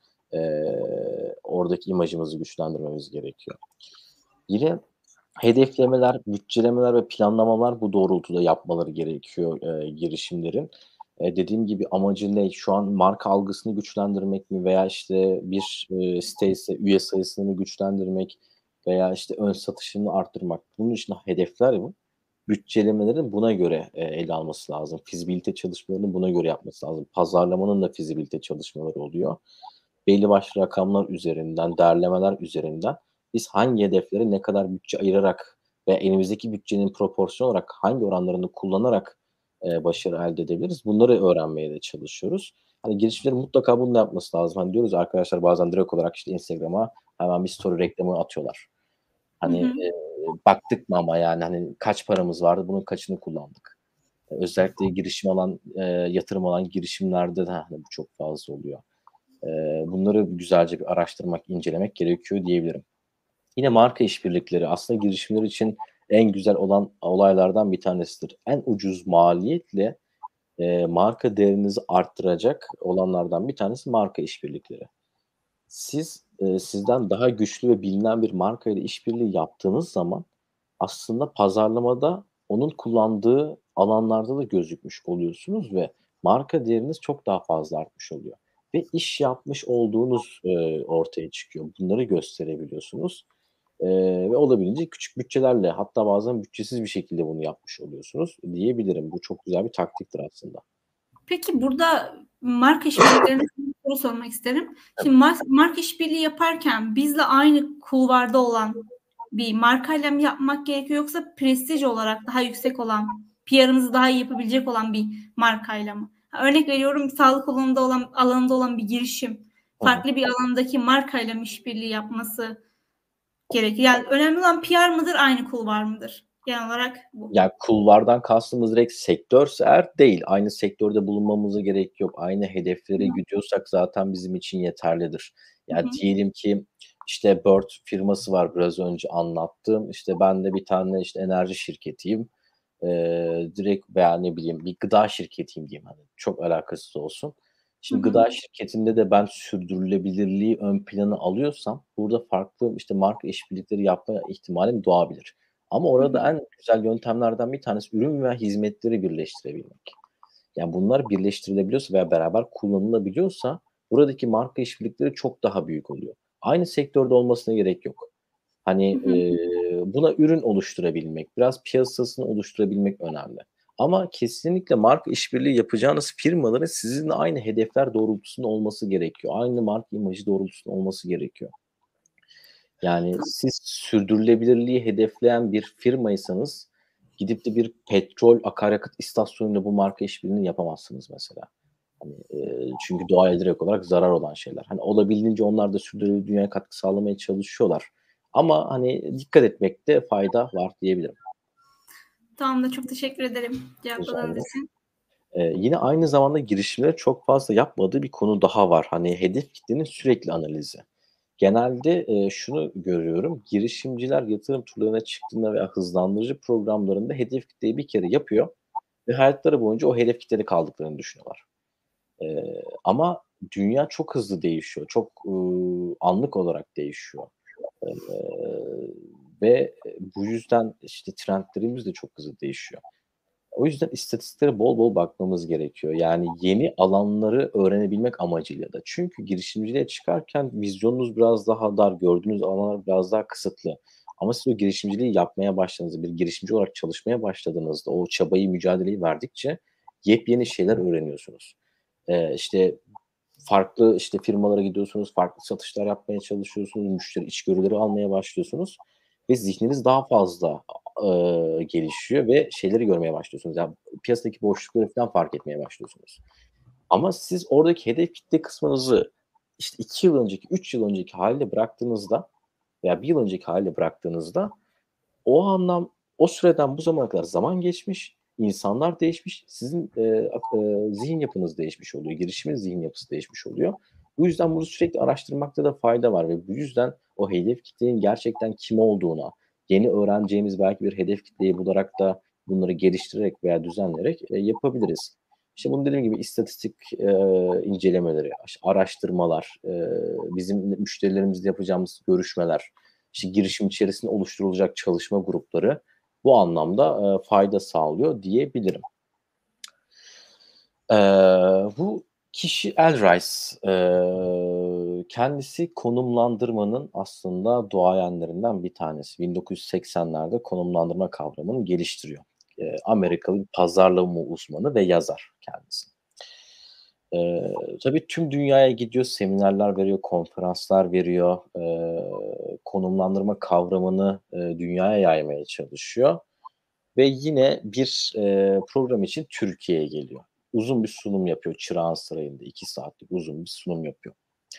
oradaki imajımızı güçlendirmemiz gerekiyor. Yine hedeflemeler, bütçelemeler ve planlamalar bu doğrultuda yapmaları gerekiyor girişimlerin. Dediğim gibi amacı ne? Şu an marka algısını güçlendirmek mi veya işte bir site ise üye sayısını mı güçlendirmek veya işte ön satışını arttırmak. Bunun için hedefler bu. Bütçelemelerin buna göre ele alması lazım. Fizibilite çalışmalarını buna göre yapması lazım. Pazarlamanın da fizibilite çalışmaları oluyor. Belli başlı rakamlar üzerinden, değerlemeler üzerinden biz hangi hedeflere ne kadar bütçe ayırarak ve elimizdeki bütçenin proporsiyon olarak hangi oranlarını kullanarak başarı elde edebiliriz? Bunları öğrenmeye de çalışıyoruz. Hani girişimcilerin mutlaka bunu da yapması lazım. Hani diyoruz ya arkadaşlar bazen direkt olarak işte Instagram'a hemen bir story reklamı atıyorlar. Hı Hani hı. baktık mı ama yani hani kaç paramız vardı bunun kaçını kullandık. Özellikle girişim alan, yatırım alan girişimlerde de hani bu çok fazla oluyor. Bunları güzelce bir araştırmak, incelemek gerekiyor diyebilirim. Yine marka işbirlikleri aslında girişimler için en güzel olan olaylardan bir tanesidir. En ucuz maliyetle marka değerinizi arttıracak olanlardan bir tanesi marka işbirlikleri. Siz, sizden daha güçlü ve bilinen bir markayla işbirliği yaptığınız zaman aslında pazarlamada onun kullandığı alanlarda da gözükmüş oluyorsunuz ve marka değeriniz çok daha fazla artmış oluyor ve iş yapmış olduğunuz, ortaya çıkıyor. Bunları gösterebiliyorsunuz, ve olabildiğince küçük bütçelerle hatta bazen bütçesiz bir şekilde bunu yapmış oluyorsunuz diyebilirim. Bu çok güzel bir taktiktir aslında. Peki burada marka işbirliklerine bir soru sormak isterim. Tabii. Şimdi marka işbirliği yaparken bizle aynı kulvarda olan bir markayla mı yapmak gerekiyor yoksa prestij olarak daha yüksek olan, PR'ımızı daha iyi yapabilecek olan bir markayla mı? Örnek veriyorum sağlık alanında olan bir girişim Hı hı. farklı bir alandaki markayla mı işbirliği yapması gerekiyor? Yani önemli olan PR mıdır, aynı kulvar mıdır? Genel olarak bu. Ya, kulvardan kastımız direkt sektörse eğer değil. Aynı sektörde bulunmamıza gerek yok. Aynı Hı hedeflere gidiyorsak zaten bizim için yeterlidir. Ya, hı. diyelim ki, işte, Bird firması var biraz önce anlattığım. İşte, ben de bir tane, işte, enerji şirketiyim. Direkt veya ne bileyim bir gıda şirketiyim diyeyim, hani, çok alakasız olsun. Hı Şimdi hı. gıda şirketinde de ben sürdürülebilirliği ön plana alıyorsam burada farklı, işte, marka işbirlikleri yapma ihtimalim doğabilir. Ama Hı hı. orada en güzel yöntemlerden bir tanesi ürün ve hizmetleri birleştirebilmek. Yani bunlar birleştirilebiliyorsa veya beraber kullanılabiliyorsa buradaki marka işbirlikleri çok daha büyük oluyor. Aynı sektörde olmasına gerek yok. Hani, Hı hı. buna ürün oluşturabilmek, biraz piyasasını oluşturabilmek önemli. Ama kesinlikle marka işbirliği yapacağınız firmaların sizinle aynı hedefler doğrultusunda olması gerekiyor. Aynı marka imajı doğrultusunda olması gerekiyor. Yani siz sürdürülebilirliği hedefleyen bir firmaysanız gidip de bir petrol, akaryakıt istasyonuyla bu marka işbirliğini yapamazsınız mesela. Hani, çünkü doğaya direkt olarak zarar olan şeyler. Hani, olabildiğince onlar da sürdürülebilir dünyaya katkı sağlamaya çalışıyorlar. Ama, hani, dikkat etmekte fayda var diyebilirim. Tamamdır, çok teşekkür ederim Rica cevapladığınız ederim. için. Yine aynı zamanda girişimlerin çok fazla yapmadığı bir konu daha var. Hani, hedef kitlenin sürekli analizi. Genelde, şunu görüyorum, girişimciler yatırım turlarına çıktığında veya hızlandırıcı programlarında hedef kitleyi bir kere yapıyor ve hayatları boyunca o hedef kitlede kaldıklarını düşünüyorlar. Ama dünya çok hızlı değişiyor. Çok, anlık olarak değişiyor. Eee, ve, bu yüzden, işte, trendlerimiz de çok hızlı değişiyor. O yüzden istatistiklere bol bol bakmamız gerekiyor. Yani yeni alanları öğrenebilmek amacıyla da. Çünkü girişimciliğe çıkarken vizyonunuz biraz daha dar, gördüğünüz alanlar biraz daha kısıtlı. Ama siz o girişimciliği yapmaya başladığınızda, bir girişimci olarak çalışmaya başladığınızda, o çabayı, mücadeleyi verdikçe yepyeni şeyler öğreniyorsunuz. İşte, farklı, işte, firmalara gidiyorsunuz, farklı satışlar yapmaya çalışıyorsunuz, müşteri içgörüleri almaya başlıyorsunuz ve zihniniz daha fazla, gelişiyor ve şeyleri görmeye başlıyorsunuz. Ya, piyasadaki boşlukları falan fark etmeye başlıyorsunuz. Ama siz oradaki hedef kitle kısmınızı, işte, 2 yıl önceki, 3 yıl önceki hâline bıraktığınızda veya 1 yıl önceki hâline bıraktığınızda o süreden bu zamana kadar zaman geçmiş, insanlar değişmiş, sizin, zihin yapınız değişmiş oluyor, girişimin zihin yapısı değişmiş oluyor. Bu yüzden bunu sürekli araştırmakta da fayda var ve bu yüzden o hedef kitlenin gerçekten kim olduğuna, yeni öğreneceğimiz belki bir hedef kitleyi bularak da bunları geliştirerek veya düzenleyerek, yapabiliriz. İşte bunu dediğim gibi istatistik, incelemeleri, araştırmalar, bizim müşterilerimizle yapacağımız görüşmeler, işte girişim içerisinde oluşturulacak çalışma grupları bu anlamda, fayda sağlıyor diyebilirim. Bu kişi Elrice, kendisi konumlandırmanın aslında duayenlerinden bir tanesi. 1980'lerde konumlandırma kavramını geliştiriyor. Amerikalı bir pazarlama uzmanı ve yazar kendisi. Tabii tüm dünyaya gidiyor, seminerler veriyor, konferanslar veriyor, konumlandırma kavramını, dünyaya yaymaya çalışıyor ve yine bir, program için Türkiye'ye geliyor. Uzun bir sunum yapıyor Çırağan Sarayı'nda, 2 saatlik uzun bir sunum yapıyor.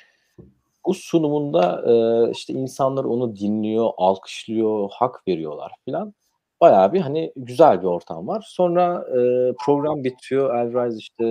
Bu sunumunda, işte, insanlar onu dinliyor, alkışlıyor, hak veriyorlar filan. Bayağı bir, hani, güzel bir ortam var. Sonra, program bitiyor. Elrise, işte,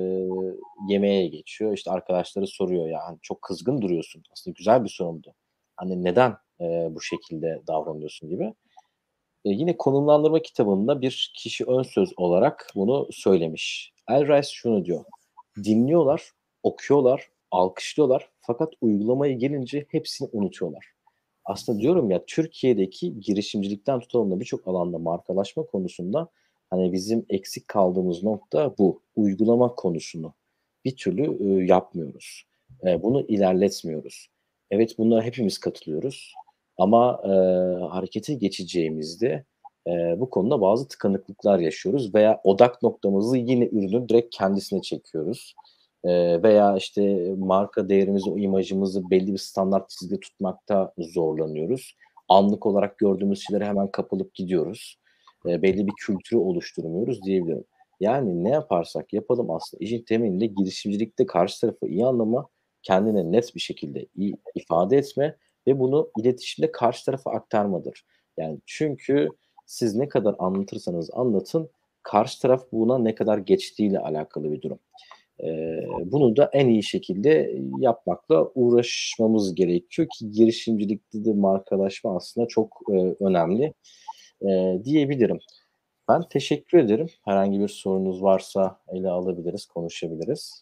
yemeğe geçiyor. İşte, arkadaşları soruyor, "Ya, hani, çok kızgın duruyorsun. Aslında güzel bir sunumdu. Hani, neden, bu şekilde davranıyorsun?" gibi. Yine konumlandırma kitabında bir kişi ön söz olarak bunu söylemiş. Elrise şunu diyor: "Dinliyorlar, okuyorlar, alkışlıyorlar fakat uygulamaya gelince hepsini unutuyorlar." Aslında diyorum ya, Türkiye'deki girişimcilikten tutalım da birçok alanda markalaşma konusunda, hani, bizim eksik kaldığımız nokta bu. Uygulama konusunu bir türlü, yapmıyoruz. Bunu ilerletmiyoruz. Evet, buna hepimiz katılıyoruz ama, harekete geçeceğimizde, bu konuda bazı tıkanıklıklar yaşıyoruz veya odak noktamızı yine ürünün direkt kendisine çekiyoruz. Veya, işte, marka değerimizi, o imajımızı belli bir standart çizgide tutmakta zorlanıyoruz. Anlık olarak gördüğümüz şeylere hemen kapılıp gidiyoruz. Belli bir kültürü oluşturmuyoruz diyebilirim. Yani ne yaparsak yapalım aslında işin temelinde girişimcilikte karşı tarafı iyi anlama, kendine net bir şekilde iyi ifade etme ve bunu iletişimde karşı tarafa aktarmadır. Yani çünkü siz ne kadar anlatırsanız anlatın, karşı taraf buna ne kadar geçtiğiyle alakalı bir durum. Bunu da en iyi şekilde yapmakla uğraşmamız gerekiyor ki girişimcilikte de markalaşma aslında çok, önemli, diyebilirim. Ben teşekkür ederim. Herhangi bir sorunuz varsa ele alabiliriz, konuşabiliriz.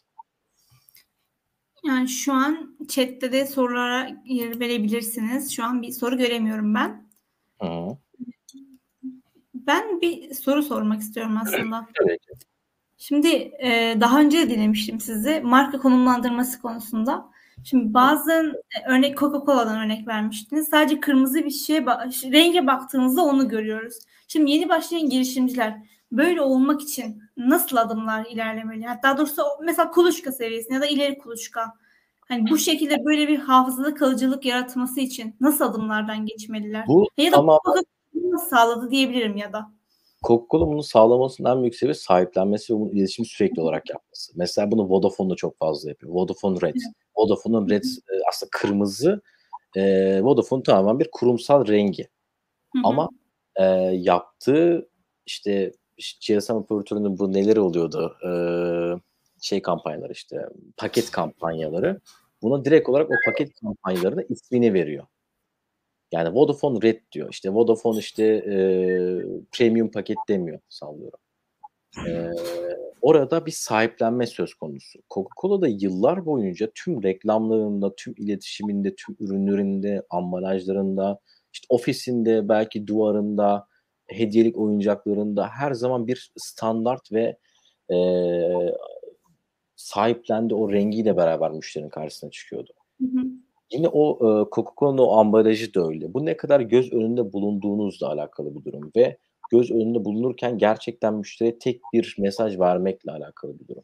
Yani şu an chat'te de sorulara yer verebilirsiniz. Şu an bir soru göremiyorum ben. Hı hı. Ben bir soru sormak istiyorum aslında. Tabii ki. Şimdi daha önce de dinlemiştim sizi marka konumlandırması konusunda. Şimdi bazı örnek Coca-Cola'dan örnek vermiştiniz. Sadece kırmızı bir şeye renge baktığımızda onu görüyoruz. Şimdi yeni başlayan girişimciler böyle olmak için nasıl adımlar ilerlemeli? Hatta doğrusu mesela kuluçka seviyesinde ya da ileri kuluçka. Hani bu şekilde böyle bir hafızada kalıcılık yaratması için nasıl adımlardan geçmeliler? Bu Ya da tamamen Coca-Cola nasıl sağladı diyebilirim ya da. Coca-Cola bunu sağlamasının en büyük sebebi sahiplenmesi ve bunun iletişimi sürekli olarak yapması. Mesela bunu Vodafone da çok fazla yapıyor. Vodafone Red. Vodafone'un Red, aslında kırmızı, Vodafone tamamen bir kurumsal rengi Hı hı. ama, yaptığı, işte, GSM operatörünün bu neleri oluyordu, şey kampanyaları, işte, paket kampanyaları. Buna direkt olarak o paket kampanyalarına ismini veriyor. Yani Vodafone Red diyor. İşte Vodafone, işte, premium paket demiyor, sallıyorum. Eee, Orada bir sahiplenme söz konusu. Coca-Cola da yıllar boyunca tüm reklamlarında, tüm iletişiminde, tüm ürünlerinde, ambalajlarında, işte, ofisinde, belki duvarında, hediyelik oyuncaklarında her zaman bir standart ve, eee, sahiplendiği o rengiyle beraber müşterinin karşısına çıkıyordu. Hı hı. Yine o, Coca-Cola'nın o ambalajı da öyle. Bu ne kadar göz önünde bulunduğunuzla alakalı bir durum ve göz önünde bulunurken gerçekten müşteriye tek bir mesaj vermekle alakalı bir durum.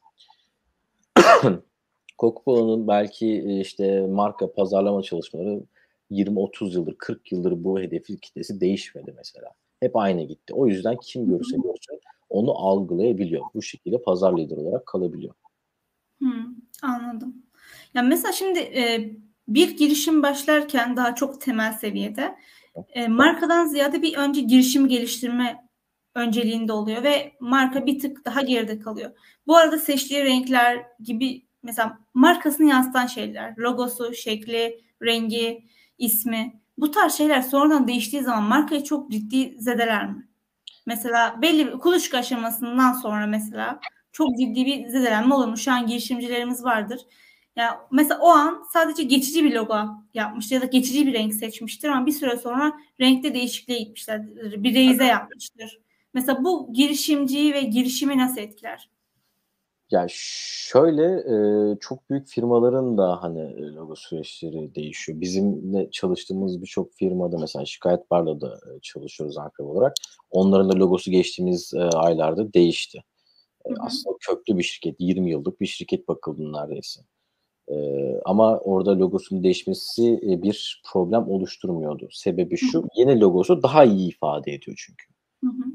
Coca-Cola'nın belki, işte, marka pazarlama çalışmaları 20-30 yıldır, 40 yıldır bu hedefin kitlesi değişmedi mesela. Hep aynı gitti. O yüzden kim Hı görürse hı. görsün onu algılayabiliyor. Bu şekilde pazar lideri olarak kalabiliyor. Anladım. Ya, mesela şimdi, bir girişim başlarken daha çok temel seviyede, markadan ziyade bir önce girişimi geliştirme önceliğinde oluyor ve marka bir tık daha geride kalıyor. Bu arada seçtiği renkler gibi mesela markasını yansıtan şeyler, logosu, şekli, rengi, ismi, bu tarz şeyler sonradan değiştiği zaman markayı çok ciddi zedeler mi? Mesela belli bir kuluçka aşamasından sonra mesela çok ciddi bir zedelenme olur mu? Şu an girişimcilerimiz vardır. Ya mesela o an sadece geçici bir logo yapmıştır ya da geçici bir renk seçmiştir ama bir süre sonra renkte değişikliğe gitmişlerdir. Bir reize yapmıştır. Mesela bu girişimciyi ve girişimi nasıl etkiler? Ya, şöyle, çok büyük firmaların da, hani, logo süreçleri değişiyor. Bizimle çalıştığımız birçok firmada mesela Şikayet.Bar'la da, çalışıyoruz aktif olarak. Onların da logosu geçtiğimiz, aylarda değişti. Hı hı. Aslında köklü bir şirket, 20 yıllık bir şirket bakıldığında neredeyse. Ama orada logosunun değişmesi, bir problem oluşturmuyordu. Sebebi Hı şu, hı. yeni logosu daha iyi ifade ediyor çünkü. Hı hı.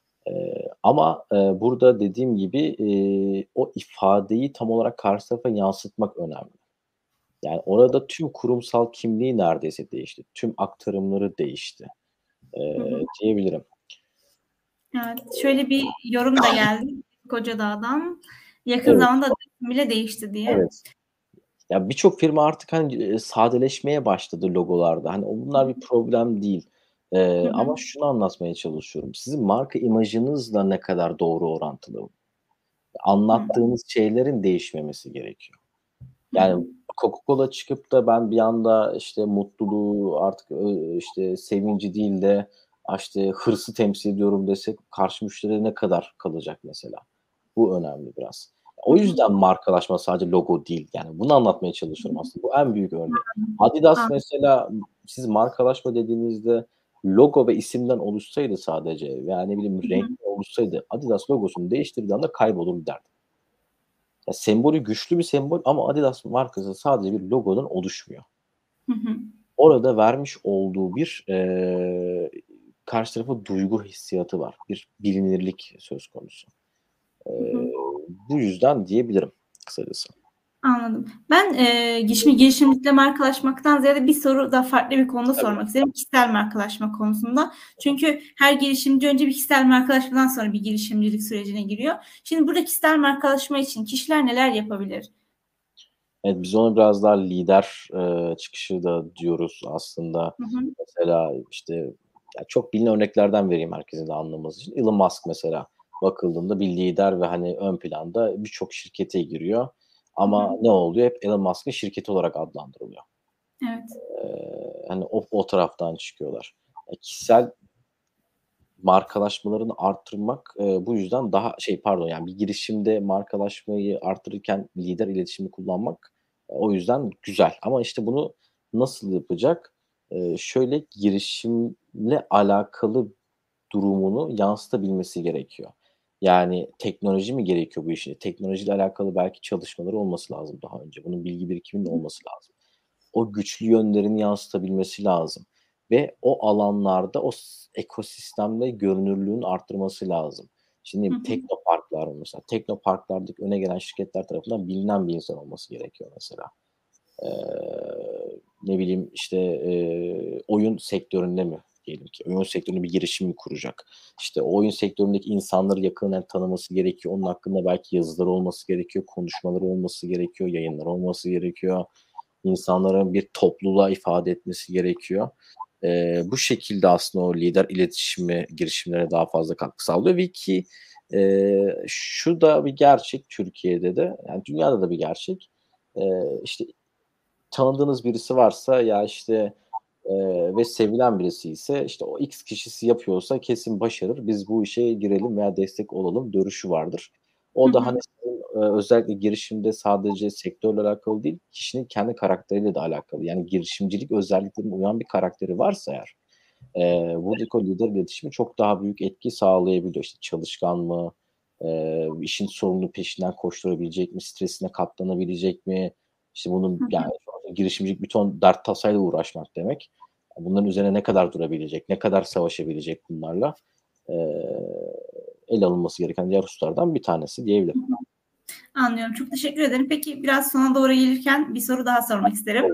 Ama, burada dediğim gibi, o ifadeyi tam olarak karşı tarafa yansıtmak önemli. Yani orada tüm kurumsal kimliği neredeyse değişti. Tüm aktarımları değişti, Hı hı. diyebilirim. Evet, şöyle bir yorum da geldi Kocadağ'dan. Yakın Evet, zamanda adı bile değişti diye. evet. Ya, birçok firma artık, hani, sadeleşmeye başladı logolarda. Hani, bunlar bir problem değil. Hı hı. Ama şunu anlatmaya çalışıyorum. Sizin marka imajınızla ne kadar doğru orantılı? Hı. Anlattığınız şeylerin değişmemesi gerekiyor. Hı hı. Yani Coca-Cola çıkıp da ben bir anda, işte, mutluluğu artık, işte, sevinci değil de, işte, hırsı temsil ediyorum desek karşı müşteriye ne kadar kalacak mesela? Bu önemli biraz. Hı O hı. yüzden markalaşma sadece logo değil. Yani bunu anlatmaya çalışıyorum aslında. Bu en büyük örneği. Anladım. Adidas Anladım. mesela siz markalaşma dediğinizde logo ve isimden oluşsaydı sadece veya ne bileyim Hı hı. renkten oluşsaydı Adidas logosunu değiştirdiği anda kaybolur giderdi. Ya, sembolü güçlü bir sembol ama Adidas markası sadece bir logodan oluşmuyor. Hı hı. Orada vermiş olduğu bir, karşı tarafa duygu hissiyatı var. Bir bilinirlik söz konusu. Hı hı. Bu yüzden diyebilirim kısacası. Anladım. Ben, şimdi girişimcilikle markalaşmaktan ziyade bir soru da farklı bir konuda Tabii. sormak isterim. Kişisel markalaşma konusunda. Çünkü her girişimci önce bir kişisel markalaşmadan sonra bir girişimcilik sürecine giriyor. Şimdi burada kişisel markalaşma için kişiler neler yapabilir? Evet, biz ona biraz daha lider, çıkışı da diyoruz aslında. Hı hı. Mesela, işte, ya, çok bilinen örneklerden vereyim herkesin de anlaması için. Elon Musk mesela bakıldığında bir lider ve, hani, ön planda birçok şirkete giriyor Hı hı. ama ne oluyor? Hep Elon Musk'ın şirketi olarak adlandırılıyor. Evet. Hani, o taraftan çıkıyorlar. Kişisel markalaşmalarını arttırmak, bu yüzden daha pardon, yani, bir girişimde markalaşmayı arttırırken lider iletişimi kullanmak, o yüzden güzel ama, işte, bunu nasıl yapacak? Şöyle, girişimle alakalı durumunu yansıtabilmesi gerekiyor. Yani, teknoloji mi gerekiyor bu işin? Teknolojiyle alakalı belki çalışmaları olması lazım daha önce. Bunun bilgi birikiminin olması lazım. O güçlü yönlerini yansıtabilmesi lazım ve o alanlarda o ekosistemde görünürlüğün arttırması lazım. Hı Şimdi hı. teknoparklar var mesela. Teknoparklardaki öne gelen şirketler tarafından bilinen bir insan olması gerekiyor mesela. Ne bileyim, işte, oyun sektöründe mi diyelim ki, oyun sektöründe bir girişim mi kuracak? İşte, o oyun sektöründeki insanları yakından tanıması gerekiyor. Onun hakkında belki yazıları olması gerekiyor, konuşmaları olması gerekiyor, yayınları olması gerekiyor. İnsanların bir topluluğa ifade etmesi gerekiyor. Bu şekilde aslında o lider iletişimi girişimlere daha fazla katkı sağlıyor ve ki, şu da bir gerçek Türkiye'de de, yani dünyada da bir gerçek. İşte, tanıdığınız birisi varsa ya, işte, ve sevilen birisiyse, işte, o X kişisi yapıyorsa kesin başarır, biz bu işe girelim veya destek olalım görüşü vardır. Hı O da, hı. hani, senin, özellikle girişimde sadece sektörle alakalı değil, kişinin kendi karakteriyle de alakalı. Yani girişimcilik özelliklerine uyan bir karakteri varsa eğer, buradaki o lider iletişimi çok daha büyük etki sağlayabiliyor. İşte, çalışkan mı, işin sorumlu peşinden koşturabilecek mi, stresine katlanabilecek mi? İşte, Hı bunun, hı. yani, girişimcilik bir ton dert tasayla uğraşmak demek. Bunların üzerine ne kadar durabilecek, ne kadar savaşabilecek bunlarla? Eee, ele alınması gereken diğer hususlardan bir tanesi diyebilirim. Anlıyorum. Çok teşekkür ederim. Peki biraz sona doğru gelirken bir soru daha sormak isterim.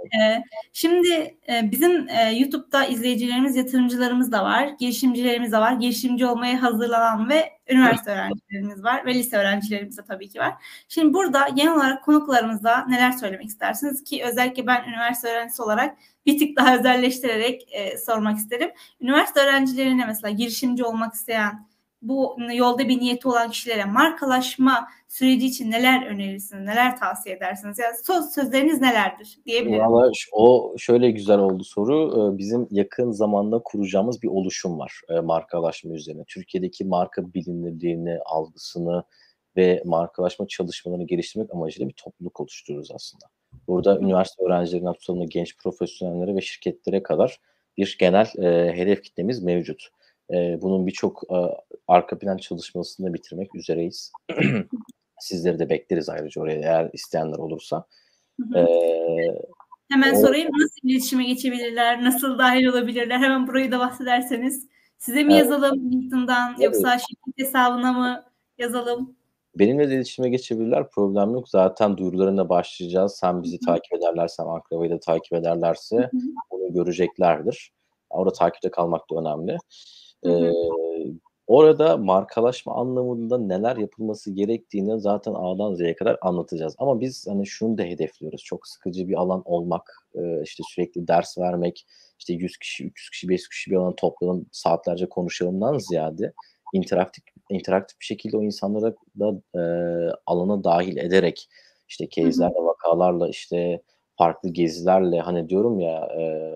Şimdi bizim YouTube'da izleyicilerimiz, yatırımcılarımız da var, girişimcilerimiz de var. Girişimci olmaya hazırlanan ve üniversite öğrencilerimiz var ve lise öğrencilerimiz de tabii ki var. Şimdi burada genel olarak konuklarımızla neler söylemek istersiniz ki özellikle ben üniversite öğrencisi olarak bir tık daha özelleştirerek sormak isterim. Üniversite öğrencilerine mesela girişimci olmak isteyen, bu yolda bir niyeti olan kişilere markalaşma süreci için neler önerirsiniz, neler tavsiye edersiniz? Yani son sözleriniz nelerdir diyebilirim. Valla o şöyle güzel oldu soru. Bizim yakın zamanda kuracağımız bir oluşum var markalaşma üzerine. Türkiye'deki marka bilinirliğini, algısını ve markalaşma çalışmalarını geliştirmek amacıyla bir topluluk oluşturuyoruz aslında. Burada üniversite öğrencilerinden tutalım da genç profesyonellere ve şirketlere kadar bir genel hedef kitlemiz mevcut. Bunun birçok arka plan çalışmasını da bitirmek üzereyiz. Sizleri de bekleriz ayrıca oraya eğer isteyenler olursa. Hı hı. Hemen sorayım, nasıl iletişime geçebilirler, nasıl dahil olabilirler? Hemen burayı da bahsederseniz. Size mi yazalım LinkedIn'dan yoksa şirket hesabına mı yazalım? Benimle de iletişime geçebilirler, problem yok. Zaten duyurularına başlayacağız. Hem bizi takip ederlerse hem Akraba'yı da takip Hı ederlerse hı. bunu göreceklerdir. Orada takipte kalmak da önemli. Hı hı. Orada markalaşma anlamında neler yapılması gerektiğini zaten A'dan Z'ye kadar anlatacağız. Ama biz hani şunu da hedefliyoruz. Çok sıkıcı bir alan olmak, işte sürekli ders vermek, işte 100 kişi, 300 kişi, 500 kişi bir alana toplanalım, saatlerce konuşalımdan ziyade interaktif bir şekilde o insanlara da alana dahil ederek, işte Hı hı. case'lerle, vakalarla, işte farklı gezilerle, hani diyorum ya,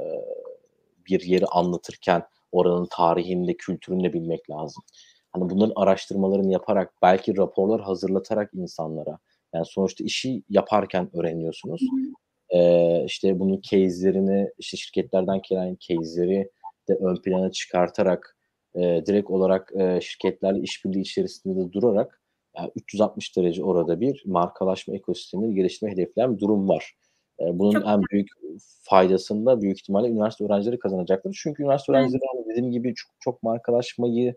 bir yeri anlatırken oranın tarihini de kültürünü de bilmek lazım. Hani bunların araştırmalarını yaparak, belki raporlar hazırlatarak insanlara, yani sonuçta işi yaparken Hı öğreniyorsunuz. hı. İşte bunun case'lerini, işte şirketlerden gelen case'leri de ön plana çıkartarak, direkt olarak, şirketlerle işbirliği içerisinde de durarak, 360 derece orada bir markalaşma ekosistemini geliştirmeyi hedefleyen bir durum var. Bunun Çok en büyük faydasını da büyük ihtimalle üniversite öğrencileri kazanacaktır. Çünkü üniversite evet, öğrencileri, hani, dediğim gibi çok markalaşmayı,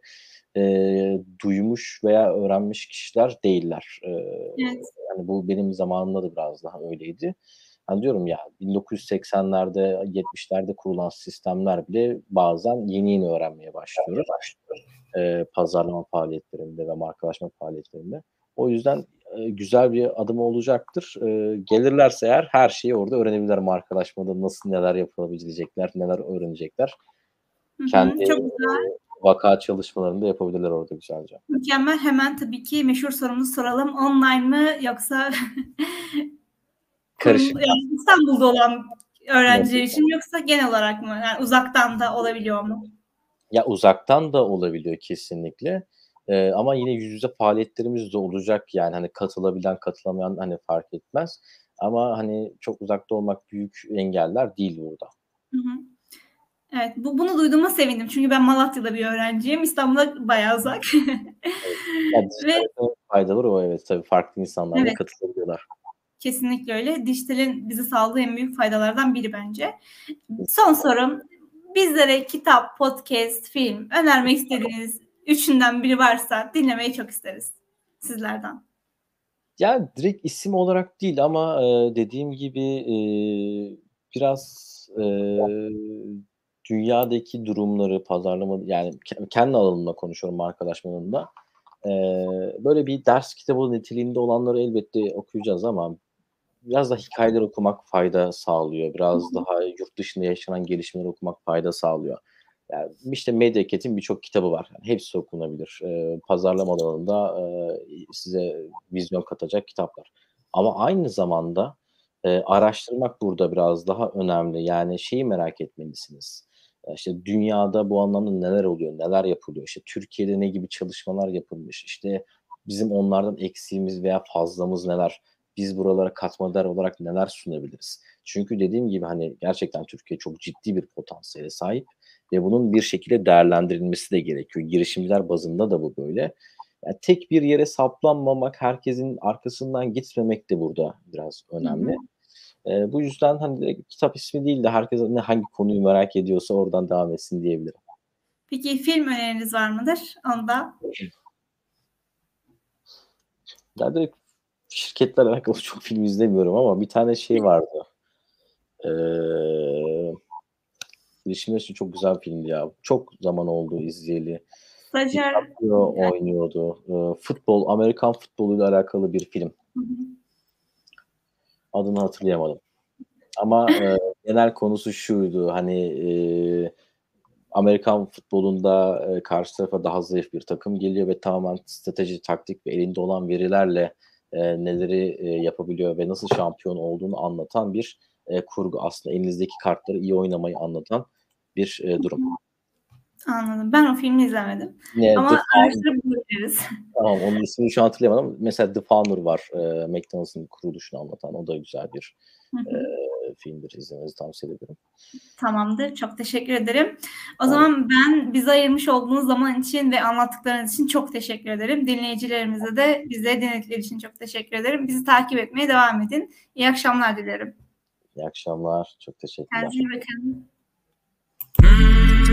duymuş veya öğrenmiş kişiler değiller. evet. Yani, bu benim zamanımda da biraz daha öyleydi. Hani, diyorum ya, 1980'lerde, 70'lerde kurulan sistemler bile bazen yeni yeni öğrenmeye başlıyoruz, pazarlama faaliyetlerinde ve markalaşma faaliyetlerinde. O yüzden, güzel bir adım olacaktır. Gelirlerse eğer her şeyi orada öğrenebilirler markalaşmada nasıl neler yapılabilecekler, neler öğrenecekler. Hı hı. Kendi, Çok güzel. vaka çalışmalarını da yapabilirler orada güzelce. Mükemmel. Hemen tabii ki meşhur sorumuzu soralım. Online mı yoksa Karışık. yani İstanbul'da olan öğrenciler Nasıl? için yoksa genel olarak mı? Yani uzaktan da olabiliyor mu? Ya, uzaktan da olabiliyor kesinlikle, ama yine yüz yüze faaliyetlerimiz de olacak. Yani, hani, katılabilen, katılamayan, hani, fark etmez ama, hani, çok uzakta olmak büyük engeller değil burada. Hı hı. Evet, bunu duyduğuma sevindim. Çünkü ben Malatya'da bir öğrenciyim. İstanbul'a bayağı uzak. Evet. Ya, Ve dijitalin faydaları o, evet. Tabii farklı insanlar da evet, katılabiliyorlar. kesinlikle öyle. Dijitalin bize sağladığı en büyük faydalardan biri bence. Son sorum, bizlere kitap, podcast, film önermek istediğiniz üçünden biri varsa dinlemeyi çok isteriz sizlerden. Ya, direkt isim olarak değil ama, dediğim gibi, biraz, dünyadaki durumları, pazarlama yani kendi alanımda konuşuyorum markalaşma alanında. Böyle bir ders kitabı niteliğinde olanları elbette okuyacağız ama biraz da hikâyeler okumak fayda sağlıyor. Hı Biraz hı. daha yurt dışında yaşanan gelişmeleri okumak fayda sağlıyor. Yani, işte, Medyaket'in birçok kitabı var. Yani hepsi okunabilir. Pazarlama alanında, size vizyon katacak kitaplar. Ama aynı zamanda, araştırmak burada biraz daha önemli. Yani şeyi merak etmelisiniz, işte, dünyada bu anlamda neler oluyor, neler yapılıyor? İşte, Türkiye'de ne gibi çalışmalar yapılmış? İşte, bizim onlardan eksiğimiz veya fazlamız neler? Biz buralara katma değer olarak neler sunabiliriz? Çünkü dediğim gibi, hani, gerçekten Türkiye çok ciddi bir potansiyele sahip ve bunun bir şekilde değerlendirilmesi de gerekiyor. Girişimciler bazında da bu böyle. Ya, tek bir yere saplanmamak, herkesin arkasından gitmemek de burada biraz Hı hı. önemli. Bu yüzden, hani, direkt kitap ismi değil de herkes hangi konuyu merak ediyorsa oradan devam etsin diyebilirim. Peki film öneriniz var mıdır? Onu da Ya, direkt şirketlerle alakalı çok film izlemiyorum ama bir tane şey vardı. Girişimler için çok güzel bir filmdi ya. Çok zaman oldu izleyeli. Stajyer. DiCaprio oynuyordu. Futbol, Amerikan futboluyla alakalı bir film. Hı hı. Adını hatırlayamadım. Ama genel konusu şuydu. Hani Amerikan futbolunda karşı tarafa daha zayıf bir takım geliyor ve tamamen strateji, taktik ve elinde olan verilerle neleri yapabiliyor ve nasıl şampiyon olduğunu anlatan bir kurgu. Aslında elinizdeki kartları iyi oynamayı anlatan bir durum. Anladım. Ben o filmi izlemedim. Yine The Ama Founder. araştırıp bulabiliriz. Tamam, onun ismini şu an hatırlayamadım ama mesela The Founder var. McDonald's'ın kuruluşunu anlatan. O da güzel bir Hı hı. filmdir. İzlemenizi tavsiye ederim. Tamamdır. Çok teşekkür ederim. O Tamam. zaman ben bize ayırmış olduğunuz zaman için ve anlattıklarınız için çok teşekkür ederim. Dinleyicilerimize de bize dinledikleri için çok teşekkür ederim. Bizi takip etmeye devam edin. İyi akşamlar dilerim. İyi akşamlar. Çok teşekkürler. Kendinize iyi bakın.